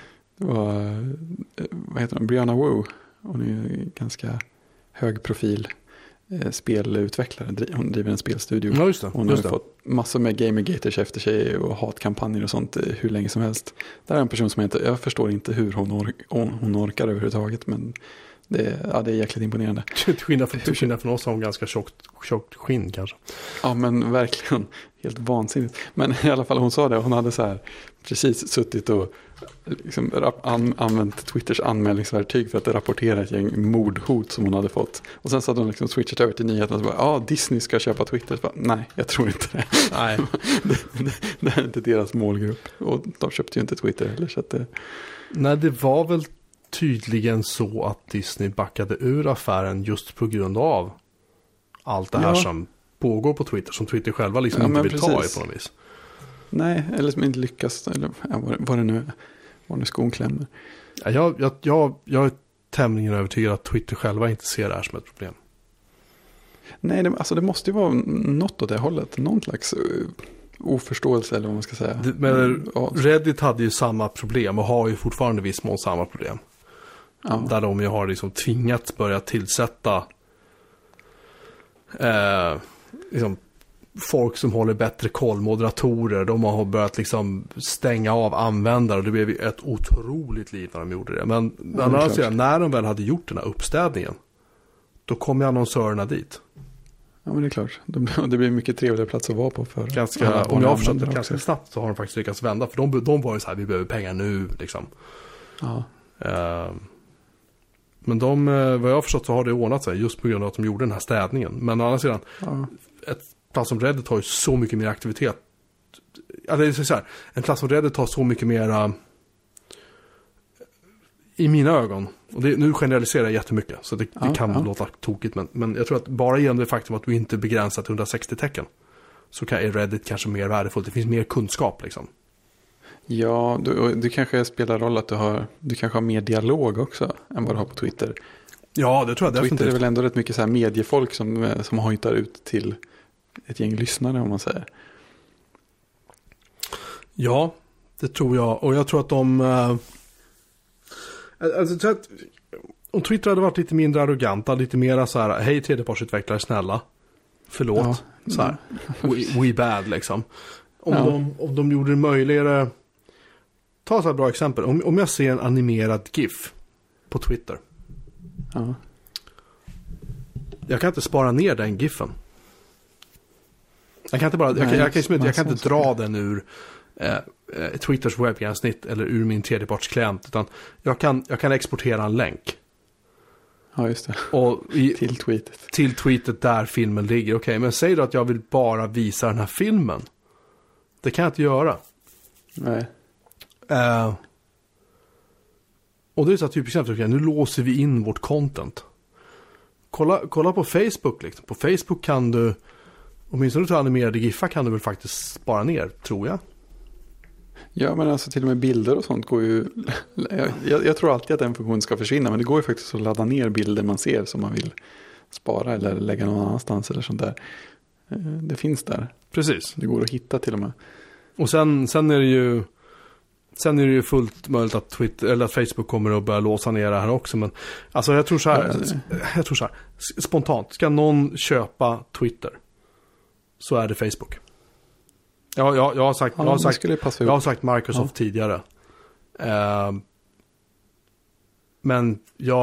vad heter hon? Brianna Wu. Hon är ju ganska hög profil spelutvecklare. Hon driver en spelstudio. Ja, just det. Hon har fått massor med gamergaters efter sig och hatkampanjer och sånt hur länge som helst. Det är en person som jag förstår inte hur hon orkar överhuvudtaget, men det är jäkligt imponerande. Till skillnad från oss har hon ganska tjockt skinn kanske. Ja, men verkligen helt vansinnigt. Men i alla fall hon sa det, hon hade så här precis suttit och liksom använt Twitters anmälningsverktyg för att rapportera ett gäng mordhot som hon hade fått. Och sen så hade hon liksom switchat över till nyheterna och så bara, Disney ska köpa Twitter. Så bara, nej, jag tror inte det. Nej. det är inte deras målgrupp. Och de köpte ju inte Twitter heller. Så att Nej, det var väl tydligen så att Disney backade ur affären just på grund av allt det här som pågår på Twitter, som Twitter själva liksom inte vill ta i på något vis. Nej, eller som inte lyckas, eller vad nu skon klämmer. Jag är tämligen övertygad att Twitter själva inte ser det här som ett problem. Nej, det måste ju vara något åt det hållet, någon slags oförståelse eller vad man ska säga. Reddit hade ju samma problem och har ju fortfarande viss mån samma problem. Ja. Där de ju har liksom tvingats börja tillsätta liksom folk som håller bättre koll, moderatorer. De har börjat liksom stänga av användare och det blev ett otroligt liv när de gjorde det. Men när de väl hade gjort den här uppstädningen, då kom ju annonsörerna dit. Ja, men det är klart. Det blir mycket trevligare plats att vara på för. Om jag har förstått det ganska snabbt så har de faktiskt lyckats vända. För de var ju så här, vi behöver pengar nu liksom. Ja. Men vad jag har förstått så har det ordnat sig just på grund av att de gjorde den här städningen. Men å andra sidan, ett plats som Reddit har ju så mycket mer aktivitet. Alltså det är så här, en plats som Reddit har så mycket mer i mina ögon. Och nu generaliserar jag jättemycket. Så det kan låta tokigt. Men jag tror att bara genom det faktum att du inte begränsar till 160 tecken så är Reddit kanske mer värdefullt. Det finns mer kunskap liksom. Ja, du kanske spelar roll att du kanske har mer dialog också än vad du har på Twitter. Ja, det tror jag definitivt. Twitter är väl ändå rätt mycket så här mediefolk som hojtar ut till ett gäng lyssnare, om man säger. Ja, det tror jag. Och jag tror att om Twitter hade varit lite mindre arroganta, lite mer så här, hej tredjepartsutvecklare, snälla, förlåt, så här, we bad liksom. Om de gjorde det möjligare, ta så här bra exempel, om jag ser en animerad GIF på Twitter, jag kan inte spara ner den GIFen. Jag kan inte dra den ur Twitters webbgränssnitt eller ur min tredjepartsklient, utan jag kan exportera en länk. Ja, just det. Och till tweetet där filmen ligger. Okej, men säg då att jag vill bara visa den här filmen. Det kan jag inte göra. Nej. Och det är så att typiskt exempel, nu låser vi in vårt content. Kolla på Facebook liksom. På Facebook kan du, åtminstone du tar animerade giffar, kan du väl faktiskt spara ner, tror jag. Ja, men alltså till och med bilder och sånt går ju... Jag tror alltid att den funktionen ska försvinna, men det går ju faktiskt att ladda ner bilder man ser som man vill spara eller lägga någon annanstans eller sånt där. Det finns där. Precis. Det går att hitta till och med. Och sen är det ju fullt möjligt att Twitter eller att Facebook kommer att börja låsa ner det här också, men alltså jag tror så här spontant, ska någon köpa Twitter så är det Facebook. Jag har sagt Microsoft tidigare. Men jag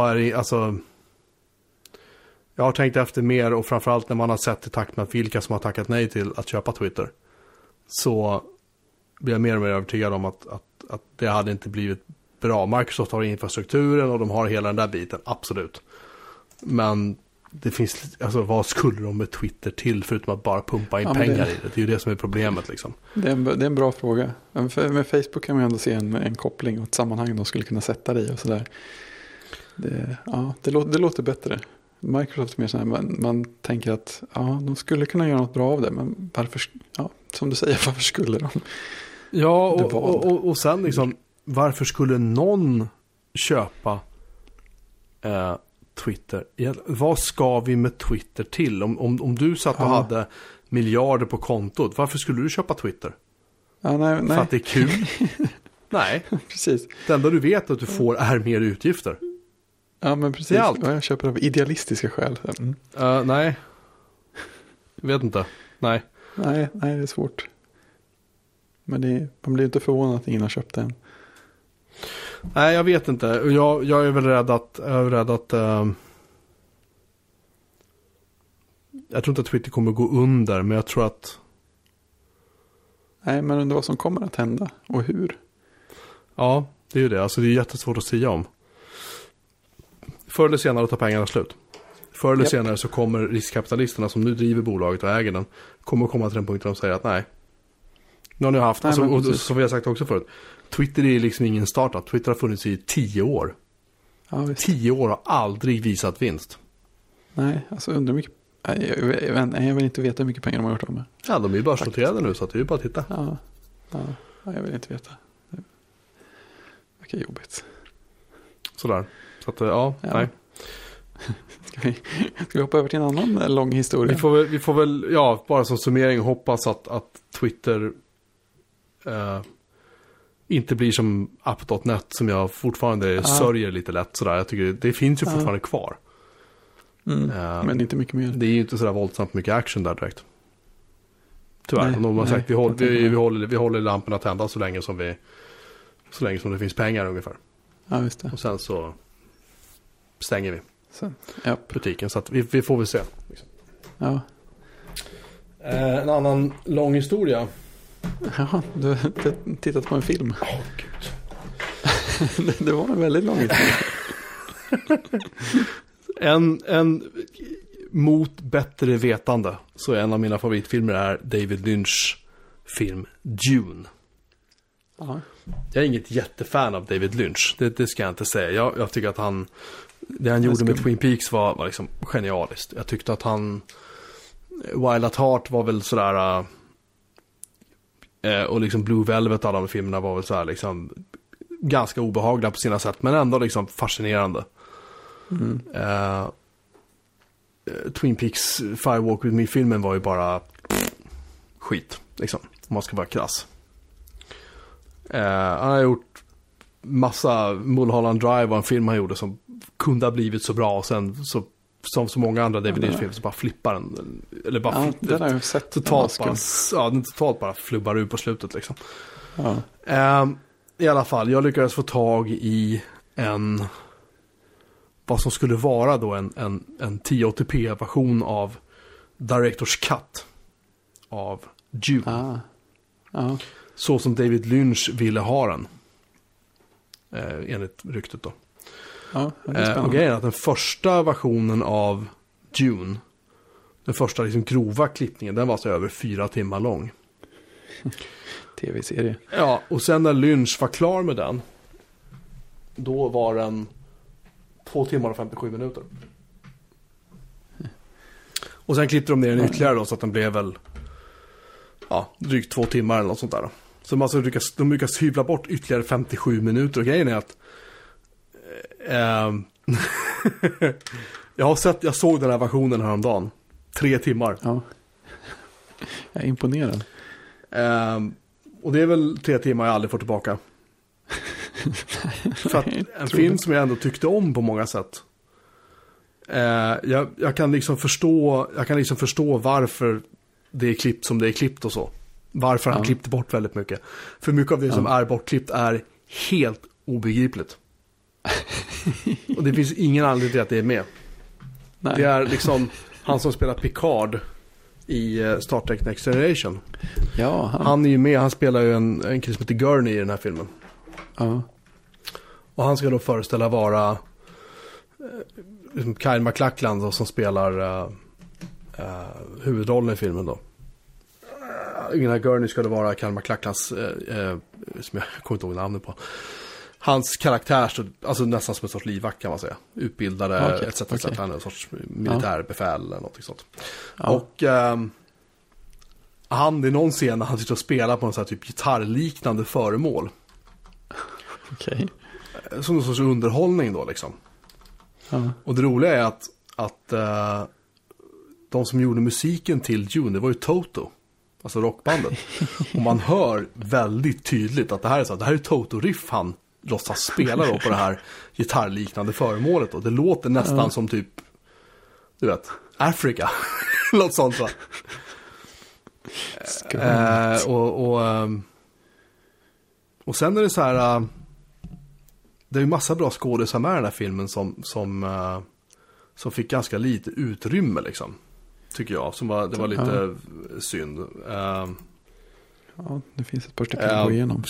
har tänkt efter mer, och framförallt när man har sett i takt med vilka som har tackat nej till att köpa Twitter, så blir jag mer och mer övertygad om att det hade inte blivit bra. Microsoft har infrastrukturen och de har hela den där biten, absolut. Men det finns, alltså vad skulle de med Twitter till förutom att bara pumpa in pengar i det? Det är ju det som är problemet liksom. Det är en bra fråga. Med Facebook kan man ändå se en koppling och ett sammanhang de skulle kunna sätta det i och sådär. Det låter bättre. Microsoft är mer så här, man tänker att de skulle kunna göra något bra av det, men varför, som du säger, varför skulle de? Ja, och sen liksom, varför skulle någon köpa Twitter? Vad ska vi med Twitter till? Om du satt och hade miljarder på kontot, varför skulle du köpa Twitter? Nej. För att det är kul? Nej, precis. Det enda du vet att du får är mer utgifter. Ja, men precis. Jag köper av idealistiska skäl. Nej. Jag vet inte. Nej, det är svårt. Men man blir inte förvånad att ingen har köpt den. Nej, jag vet inte. Jag är väl rädd att jag tror inte att Twitter kommer gå under, men jag tror att... Nej, men undrar vad som kommer att hända och hur. Ja, det är ju det. Alltså det är jättesvårt att säga om. Förr eller senare tar pengarna slut. Förr eller senare så kommer riskkapitalisterna som nu driver bolaget och äger den, kommer att komma till den punkten och säga att nej. Nu har ni haft, och som vi har sagt också förut, Twitter är liksom ingen startup. Twitter har funnits i 10 år. Ja, 10 år har aldrig visat vinst. Nej, alltså undrar mycket. Jag vill inte veta hur mycket pengar de har gjort av med. Ja, de är ju börsnoterade nu, så att det är ju bara att titta. Ja, jag vill inte veta. Vilket jobbigt. Sådär. Så att, nej. Ska vi hoppa över till en annan lång historia? Vi får väl bara som summering hoppas att Twitter inte blir som app.net, som jag fortfarande sörjer lite lätt sådär. Jag tycker det finns ju fortfarande kvar. Men inte mycket mer. Det är ju inte sådär våldsamt mycket action där direkt. Tyvärr. De har sagt vi håller lamporna tända så länge som det finns pengar ungefär. Ja, just det. Och sen så stänger vi butiken. Så att vi får väl se. Liksom. Ja. En annan lång historia. Ja, du har tittat på en film. Gud. Det var en väldigt lång historia. En mot bättre vetande, så en av mina favoritfilmer är David Lynch film Dune. Aha. Jag är inget jättefan av David Lynch, det ska jag inte säga. Jag tycker att det han gjorde med Twin Peaks var liksom genialiskt. Jag tyckte att Wild at Heart var väl sådär, och liksom Blue Velvet, alla de filmerna var väl sådär liksom ganska obehagliga på sina sätt, men ändå liksom fascinerande. Twin Peaks Firewalk With Me-filmen var ju bara skit liksom, om man ska vara krass. Han har gjort massa, Mulholland Drive var en film han gjorde som kunde ha blivit så bra, och sen som så många andra David Lynch-filmer så bara flippar den, eller bara den har jag sett totalt bara flubbar ur på slutet liksom. I alla fall, jag lyckades få tag i vad som skulle vara då en 1080p-version av Director's Cut av Dune. Ja. Så som David Lynch ville ha den. Enligt ryktet då. Ja, det är och grejen är att den första versionen av Dune, den första liksom grova klippningen, den var så över 4 timmar lång. TV-serie. Ja, och sen när Lynch var klar med den, då var den 2 timmar och 57 minuter. Och sen klippte de ner den ytterligare då, så att den blev väl drygt 2 timmar eller något sånt där då. Så de lyckas hyvla bort ytterligare 57 minuter. Och grejen är att jag såg den här versionen häromdagen. 3 timmar. Ja. Jag är imponerad. Och det är väl 3 timmar jag aldrig får tillbaka. För att en film som jag ändå tyckte om på många sätt. Jag kan liksom förstå varför det är klippt som det är klippt och så. Varför han klippte bort väldigt mycket. För mycket av det som är bortklippt är helt obegripligt. Och det finns ingen anledning till att det är med. Nej. Det är liksom han som spelar Picard i Star Trek Next Generation. Ja, han är ju med, han spelar ju en kille som heter Gurney i den här filmen. Ja. Och han ska då föreställa vara Kyle MacLachlan då, som spelar huvudrollen i filmen då. Den här Gurney ska det vara Kyle MacLachlans som jag kommer inte ihåg namnet på. Hans karaktär, alltså nästan som en sorts livvakt kan man säga. Utbildade, etc. Han är en sorts militärbefäl eller något sånt. Ja. Och det är någon scen när han sitter och spelar på en sån här typ gitarrliknande föremål. Okej. Som en sorts underhållning då liksom. Ja. Och det roliga är att de som gjorde musiken till Dune, det var ju Toto. Alltså rockbandet. Och man hör väldigt tydligt att det här är Toto-riff han låtsas spela då på det här gitarrliknande föremålet. Och det låter nästan som typ, du vet, Afrika. Något sånt va. Och sen är det så här, det är ju massa bra skådespelare med den här filmen som fick ganska lite utrymme liksom. Tycker jag, det var lite synd. Ja, det finns ett par stycken att gå igenom.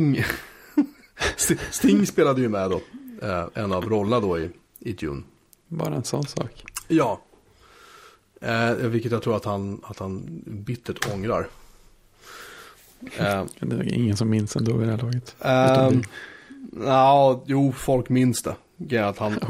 Sting spelade ju med då, en av rollerna då i Dune. Bara en sån sak. Ja. Vilket jag tror att han bittert ångrar. Det är ingen som minns ändå i det här laget. Jo, folk minns det. Att han...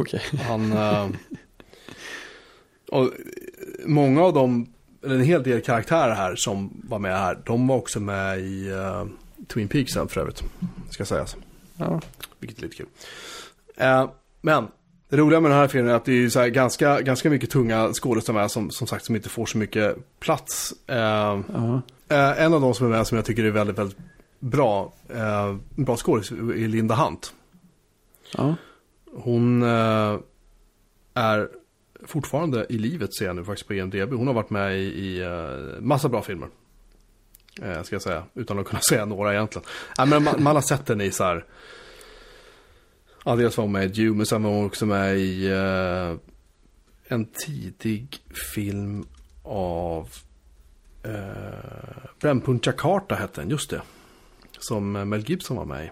och många av dem, eller en hel del karaktärer här som var med här, de var också med i Twin Peaks för övrigt, ska sägas. Ja. Vilket är lite kul. Men det roliga med den här filmen är att det är så här ganska mycket tunga skådespelare som sagt som inte får så mycket plats. En av de som är med som jag tycker är väldigt, väldigt bra skådespelare är Linda Hunt. Ja. Hon är fortfarande i livet, ser jag nu faktiskt på IMDb. Hon har varit med i massa bra filmer. Ska jag säga, utan att kunna säga några egentligen. Men man har sett den i så här. Ja, dels var hon med i Dune, men sen var hon också med i en tidig film av Brännpunkt Jakarta hette den, just det. Som Mel Gibson var med i.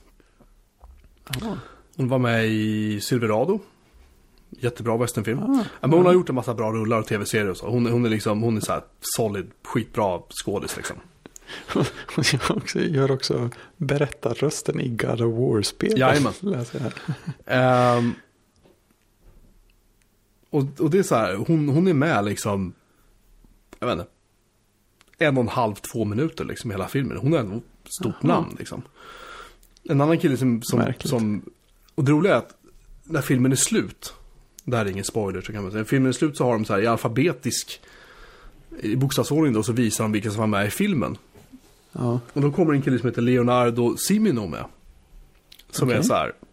Hon var med i Silverado. Jättebra westernfilm. Men hon har gjort en massa bra rullar och tv-serier och så. Hon är så här solid, skitbra skådis liksom. Hon gör också berättarrösten i God of War-spel. Jajamän. Och det är så här, hon är med liksom, jag vet inte, 1,5-2 minuter liksom hela filmen. Hon är en stort namn liksom. En annan kille som och det roliga är att när filmen är slut, det här är ingen spoiler så kan man säga, när filmen är slut så har de så här i alfabetisk i bokstavsordning då, så visar de vilka som var med i filmen. Ja. Och då kommer en kille som heter Leonardo Cimino med. Som är så här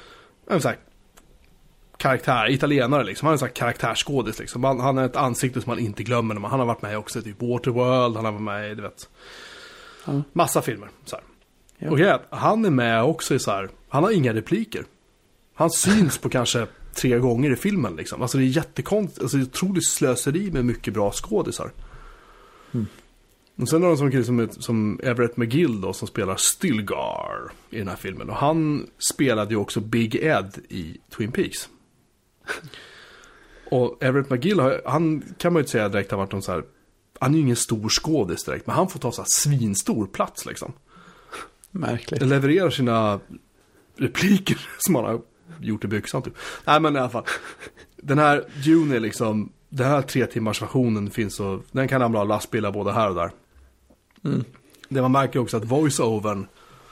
karaktär, italienare liksom. Han är en sån här karaktärsskådis liksom. Han har ett ansikte som man inte glömmer. Han har varit med också i typ Waterworld. Han har varit med i, du vet, massa filmer så här. Ja. Och han är med också i så här. Han har inga repliker. Han syns på kanske 3 gånger i filmen liksom. Alltså det är jättekonstigt. Alltså det är otroligt slöseri med mycket bra skådisar. Och sen har de en kille som Everett McGill då, som spelar Stilgar i den här filmen. Och han spelade ju också Big Ed i Twin Peaks. Och Everett McGill, han kan man ju inte säga direkt har varit någon så här, han är ju ingen stor skådis direkt, men han får ta så här svinstor plats liksom. Märkligt. Levererar sina repliker som han har gjort i byxan typ. Nej, men i alla fall. Den här Dune är liksom, den här 3 timmars versionen finns, och den kan hamna lastbilar både här och där. Det man märker också att voice-overn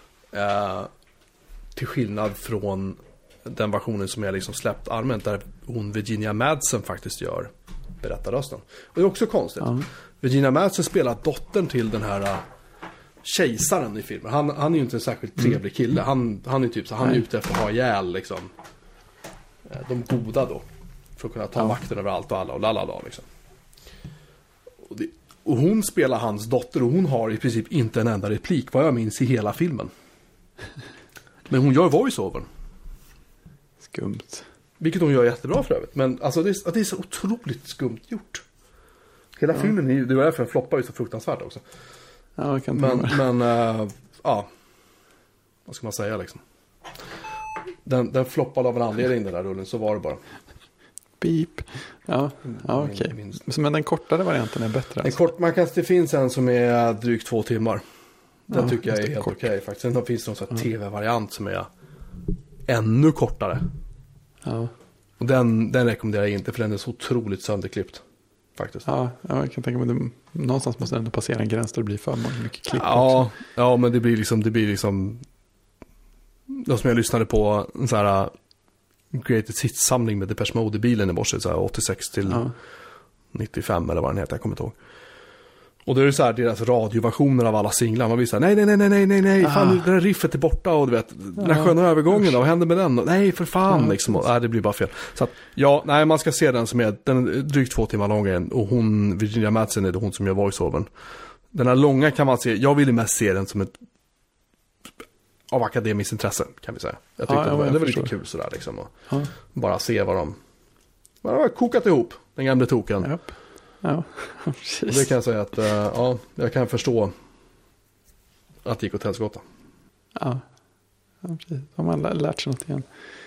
till skillnad från den versionen som är liksom släppt allmänt, där hon Virginia Madsen faktiskt gör berättarrösten. Och det är också konstigt. Virginia Madsen spelar dottern till den här kejsaren i filmen. Han är ju inte en särskilt trevlig kille. Han är typ så, han är ute efter att ha ihjäl liksom de goda då, för att kunna ta makten över allt och alla och lalala liksom. Och hon spelar hans dotter, och hon har i princip inte en enda replik vad jag minns i hela filmen. Men hon gör voice-over. Skumt. Vilket hon gör jättebra för övrigt. Men alltså det är så otroligt skumt gjort. Hela filmen, det var därför den floppar ju så fruktansvärt också. Ja, jag kan men ja, vad ska man säga liksom. Den floppade av en anledning, den där rullen, så var det bara. Beep. Ja, okej. Men den kortare varianten är bättre. Alltså. Det finns en som är drygt 2 timmar. Den tycker jag är helt okej faktiskt. Sen finns det någon sån här tv-variant som är ännu kortare. Ja. Och den rekommenderar jag inte, för den är så otroligt sönderklippt faktiskt. Ja, jag kan tänka mig att någonstans måste det ändå passera en gräns där det blir för mycket klipp också. Ja, men det blir liksom de som jag lyssnade på en så här Greatest Hits-samling med Depeche Mode i bilen i morse, så här 86 till 95 eller vad den heter, jag kommer inte ihåg. Och då är det så här deras radioversioner av alla singlar. Man vill säga nej, fan, det där riffet är borta, och du vet, den här sköna övergången då, vad händer med den? Nej, för fan, liksom. Och, det blir bara fel. Så att, man ska se den som är, den är drygt 2 timmar lång, och hon, Virginia Madsen, är det hon som gör voice-overn. Den här långa kan man se, jag ville mest se den som ett av akademiskt intresse, kan vi säga. Jag tyckte det var lite kul sådär liksom, och bara se vad de har kokat ihop, den gamla token. Japp. Ja, precis. Det kan jag säga att jag kan förstå att det gick åt helskotta. Ja, precis. Har man lärt sig något igen.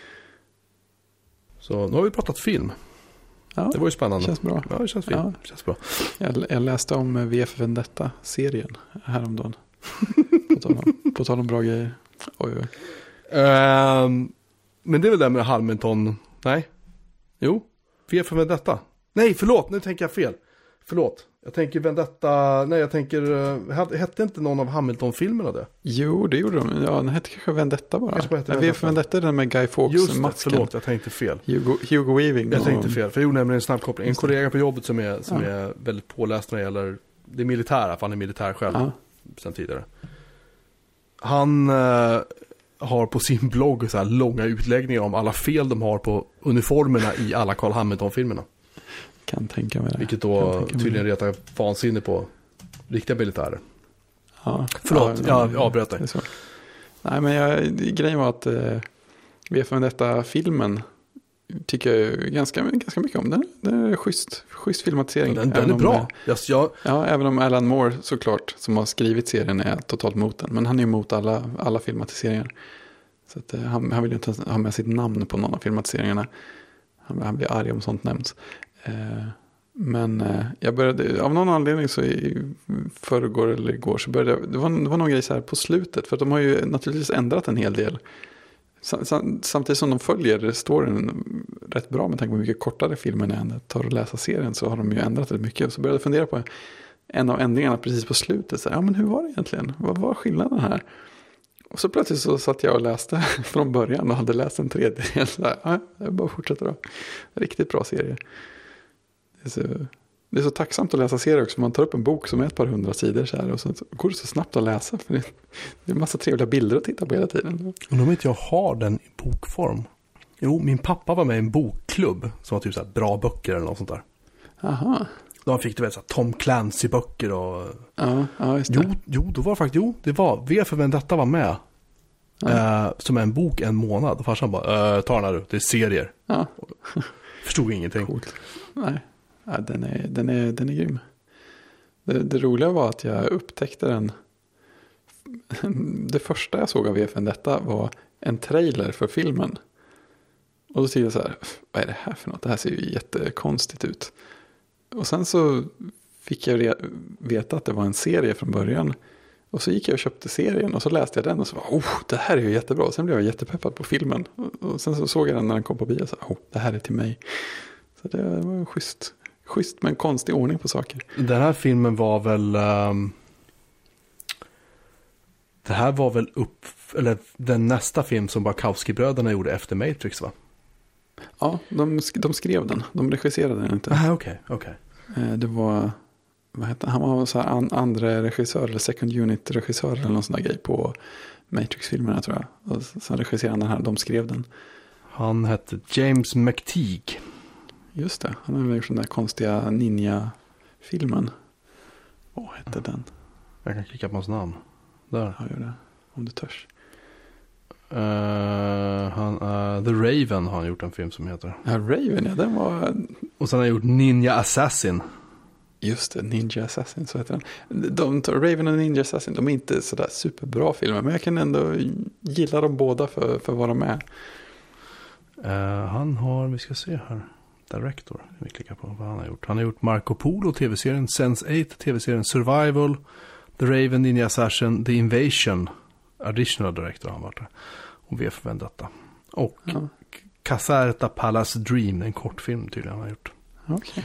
Så nu har vi pratat film. Ja, det var ju spännande. Känns bra. Ja, det känns fint. Ja. Känns bra. Jag läste om VF Vendetta-serien häromdagen. på tal om bra grejer. Oj. Men det är väl det med Hamilton. Nej. Jo. VF Vendetta. Nej, förlåt. Nu tänker jag fel. Förlåt. Jag tänker Vendetta. Nej, jag tänker. Hette inte någon av Hamilton-filmerna det? Jo, det gjorde de. Ja, den hette kanske Vendetta bara. VF Vendetta är den med Guy Fawkes-masken. Förlåt, jag tänkte fel. Hugo Weaving. Jag tänkte fel. För jag gjorde nämligen en snabb koppling. En kollega på jobbet som är väldigt påläst när det gäller det militära. För han är militär själv sedan tidigare. Han har på sin blogg så här långa utläggningar om alla fel de har på uniformerna i alla Carl Hamilton-filmerna. Kan tänka mig det. Vilket då tydligen retar vansinne på riktiga militärer. Ja. Förlåt, jag avbröt dig. Nej, men grejen var att VF Vendetta-filmen tycker jag ganska mycket om. Den är schysst filmatisering. Den är bra. Ja, även om Alan Moore såklart, som har skrivit serien, är totalt emot den. Men han är emot alla filmatiseringar. Så att, han vill inte ha med sitt namn på någon av filmatiseringarna. Han blir arg om sånt nämns. Men jag började, av någon anledning så i förrgår eller igår så började det var någon grej så här på slutet. För att de har ju naturligtvis ändrat en hel del. Samtidigt som de följer storyn rätt bra med tanke på hur mycket kortare filmen är än att ta och läsa serien, så har de ju ändrat rätt mycket. Och så började jag fundera på en av ändringarna precis på slutet. Så här, men hur var det egentligen? Vad var skillnaden här? Och så plötsligt så satt jag och läste från början och hade läst en tredjedel. Så här, jag bara fortsätter då. Riktigt bra serie. Det är så tacksamt att läsa serier också. Man tar upp en bok som är ett par 100 sidor så här, och så går det så snabbt att läsa. För det är en massa trevliga bilder att titta på hela tiden. Undrar om inte jag har den i bokform. Jo, min pappa var med i en bokklubb som var typ så här bra böcker eller något sånt där. Aha. Då fick du väl så här Tom Clancy-böcker och... Ja, just det. Jo, då var det faktiskt... Jo, det var... VF Vendetta var med. Som en bok en månad. Och farsan bara, ta den här du. Det är serier. Ja. Förstod ingenting. Coolt. Nej. Ja, den är grym. Det roliga var att jag upptäckte den. Det första jag såg av V för Vendetta var en trailer för filmen. Och då tänkte jag så här, vad är det här för något? Det här ser ju jättekonstigt ut. Och sen så fick jag veta att det var en serie från början. Och så gick jag och köpte serien och så läste jag den och så var det här är ju jättebra. Och sen blev jag jättepeppad på filmen. Och sen så såg jag den när den kom på bio och så det här är till mig. Så det var en schysst men konstig ordning på saker. Den här filmen var väl... det här var väl eller den nästa film som Wachowski-bröderna gjorde efter Matrix, va? Ja, de skrev den. De regisserade den inte. Okej. Det var... Vad heter han? Han var så här andra regissör eller second unit regissör eller någon sån där grej på Matrix-filmerna, tror jag. Och sen regisserade han den här. De skrev den. Han hette James McTeague. Just det. Han har väl gjort den där konstiga ninja-filmen. Vad hette den? Jag kan klicka på hans namn. Där. Ja, gör det. Om du törs. The Raven har han gjort en film som heter. Ja, Raven, ja, den var... Och sen har han gjort Ninja Assassin. Just det, Ninja Assassin, så heter den. Raven och Ninja Assassin, de är inte sådär superbra filmer, men jag kan ändå gilla dem båda för vad de är. Han har, vi ska se här, Director, vi klickar på vad han har gjort. Han har gjort Marco Polo, tv-serien, Sense8, tv-serien Survival, The Raven, Ninja Assassin, The Invasion, Additional Director har han varit där. Och V för Vendetta. Och Caserta Palace Dream, en kortfilm tydligen han har gjort. Okej.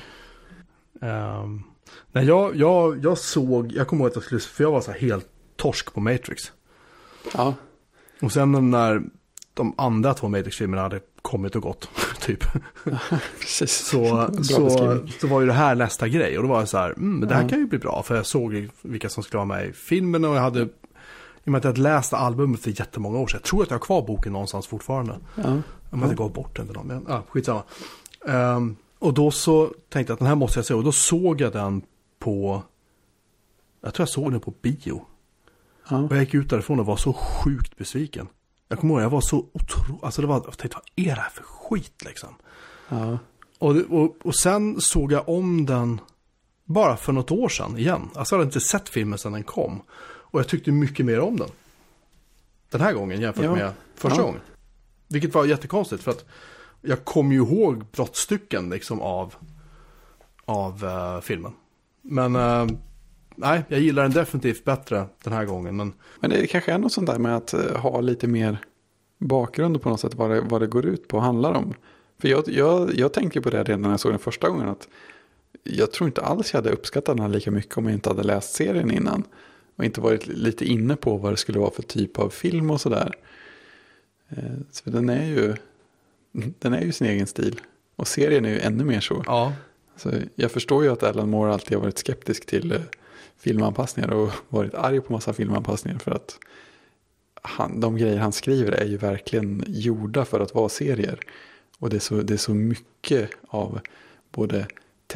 Nej, jag kommer ihåg att jag skulle, för jag var så här helt torsk på Matrix. Ja. Och sen när de andra 2 Matrix-filmerna hade kommit och gått, typ. Precis. Så var ju det här nästa grej. Och då var jag så här, det här kan ju bli bra. För jag såg vilka som skulle vara med i filmen. Och jag hade, i och med att jag läste albumet för jättemånga år sedan. Jag tror att jag har kvar boken någonstans fortfarande. Ja. Jag hade gått bort den till någon. Men skitsamma. Och då så tänkte jag att den här måste jag se. Och då såg jag den på... Jag tror jag såg den på bio. Ja. Och jag gick ut därifrån och var så sjukt besviken. Jag kommer ihåg, jag var så otroligt... Alltså jag tänkte, vad är det här för skit liksom? Ja. Och sen såg jag om den bara för något år sedan igen. Alltså jag hade inte sett filmen sedan den kom. Och jag tyckte mycket mer om den. Den här gången jämfört med första gången. Vilket var jättekonstigt för att jag kom ju ihåg brottstycken liksom av filmen. Men nej, jag gillar den definitivt bättre den här gången. Men det kanske är något sånt där med att ha lite mer bakgrund på något sätt. Vad det går ut på och handlar om. För jag tänkte på det redan när jag såg den första gången. Att jag tror inte alls jag hade uppskattat den här lika mycket om jag inte hade läst serien innan. Och inte varit lite inne på vad det skulle vara för typ av film och sådär. Så den är ju sin egen stil. Och serien är ju ännu mer så. Ja. Så jag förstår ju att Alan Moore alltid har varit skeptisk till filmanpassningar. Och varit arg på massa filmanpassningar. För att de grejer han skriver är ju verkligen gjorda för att vara serier. Och det är så mycket av både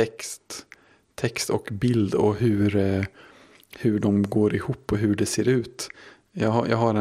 text och bild. Och hur de går ihop och hur det ser ut. Jag har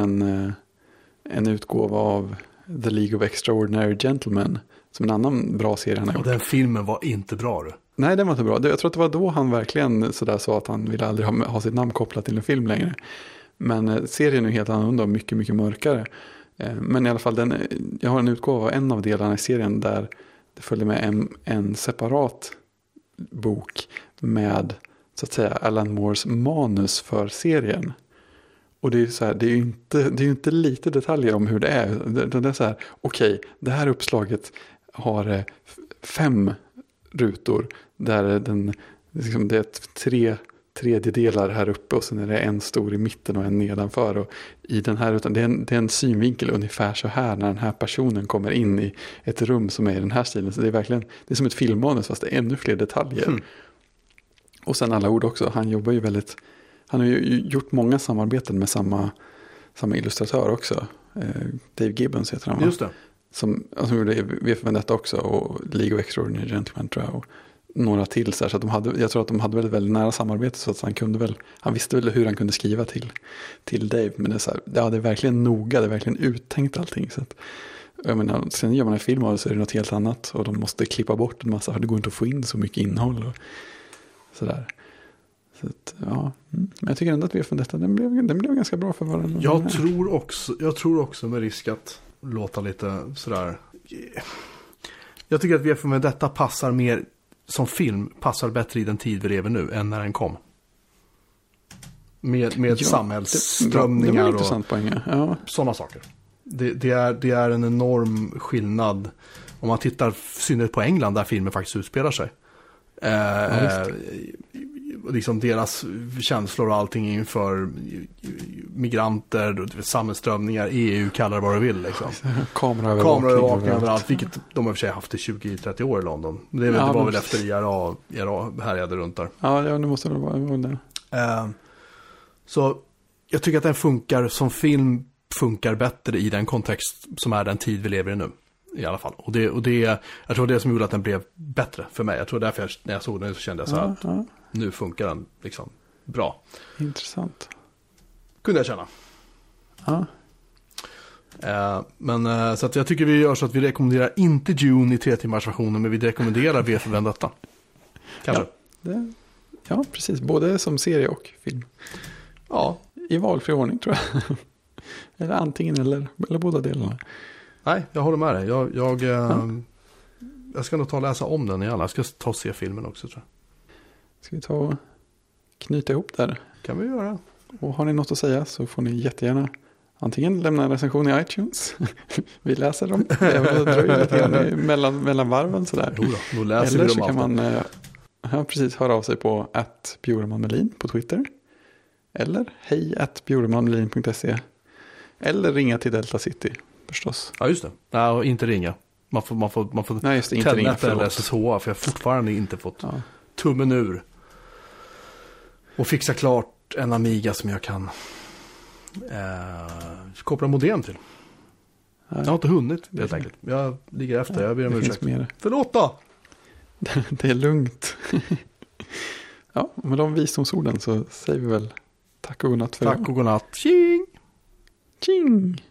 en utgåva av The League of Extraordinary Gentlemen som en annan bra serie han har gjort. Och den filmen var inte bra du? Nej, den var inte bra. Jag tror att det var då han verkligen sådär sa att han ville aldrig ha sitt namn kopplat till en film längre. Men serien är helt annorlunda och mycket, mycket mörkare. Men i alla fall, jag har en utgåva av en av delarna i serien där det följer med en separat bok med så att säga Alan Moores manus för serien. Och det är ju så här, det är ju inte lite detaljer om hur det är. Det är så här, okej, det här uppslaget har 5 rutor där det är 3 tredjedelar här uppe och sen är det en stor i mitten och en nedanför. Och i den här rutan, det är en synvinkel ungefär så här när den här personen kommer in i ett rum som är i den här stilen. Så det är verkligen, det är som ett filmmanus fast det är ännu fler detaljer. Och sen alla ord också. Han jobbar ju han har ju gjort många samarbeten med samma illustratör också. Dave Gibbons heter han, va? Just det. Som gjorde V för Vendetta också och League of Extraordinary Gentlemen tror jag. Och några till så här, så att jag tror att de hade väldigt, väldigt nära samarbete så att han visste väl hur han kunde skriva till Dave. Men det är så här, det är verkligen noga, det är verkligen uttänkt allting. Så att, jag menar, sen gör man en film av det så är det något helt annat och de måste klippa bort en massa för det går inte att få in så mycket innehåll och sådär. Så att, ja. Men jag tycker ändå att V för Vendetta, den blev ganska bra för vad den jag tror också med risk att låta lite sådär. Jag tycker att V för Vendetta passar mer som film, passar bättre i den tid vi lever nu än när den kom. Med samhällsströmningar det intressant poäng, ja. Sådana saker. Det är en enorm skillnad om man tittar synnerhet på England där filmen faktiskt utspelar sig. Liksom deras känslor och allting inför migranter, samhällsströmningar, EU, kallar det vad du vill liksom. Kameraövervakning överallt, vilket de har för sig haft i 20-30 år i London. Det var väl efter IRA härjade runt där. Ja, nu måste det vara det. Så jag tycker att den funkar som film, funkar bättre i den kontext som är den tid vi lever i nu. I alla fall. Och det jag tror det som gjorde att den blev bättre för mig. Jag tror därför när jag såg den så kände jag så här att nu funkar den liksom bra. Intressant. Kunde jag känna. Ja. Men så att jag tycker vi gör så att vi rekommenderar inte Dune i 3-timmarsversionen, men vi rekommenderar V för Vendetta. Kanske. Ja, precis. Både som serie och film. Ja. I valfri ordning tror jag. Eller antingen eller båda delarna. Nej, jag håller med dig. Jag ska nog ta och läsa om den i alla. Jag ska ta och se filmen också, tror jag. Ska vi ta och knyta ihop där? Kan vi göra. Och har ni något att säga så får ni jättegärna antingen lämna en recension i iTunes. Vi läser dem. Det dröjer lite grann mellan varven sådär. Då läser eller vi så dem kan man precis höra av sig på @bjoremanmelin på Twitter. Eller hej@bjoremanmelin.se. Eller ringa till Delta City förstås. Ja, just det. Nej, och inte ringa. Man får nej, just det, inte ringa eller SSH, för jag har fortfarande inte fått tummen ur. Och fixa klart en Amiga som jag kan koppla modem till. Jag har inte hunnit, helt enkelt. Jag ligger efter, jag ber om ursäkt. Förlåt då! Det är lugnt. Ja, med de visdomsorden så säger vi väl tack och godnatt för tack och godnatt. Tjing! Tjing!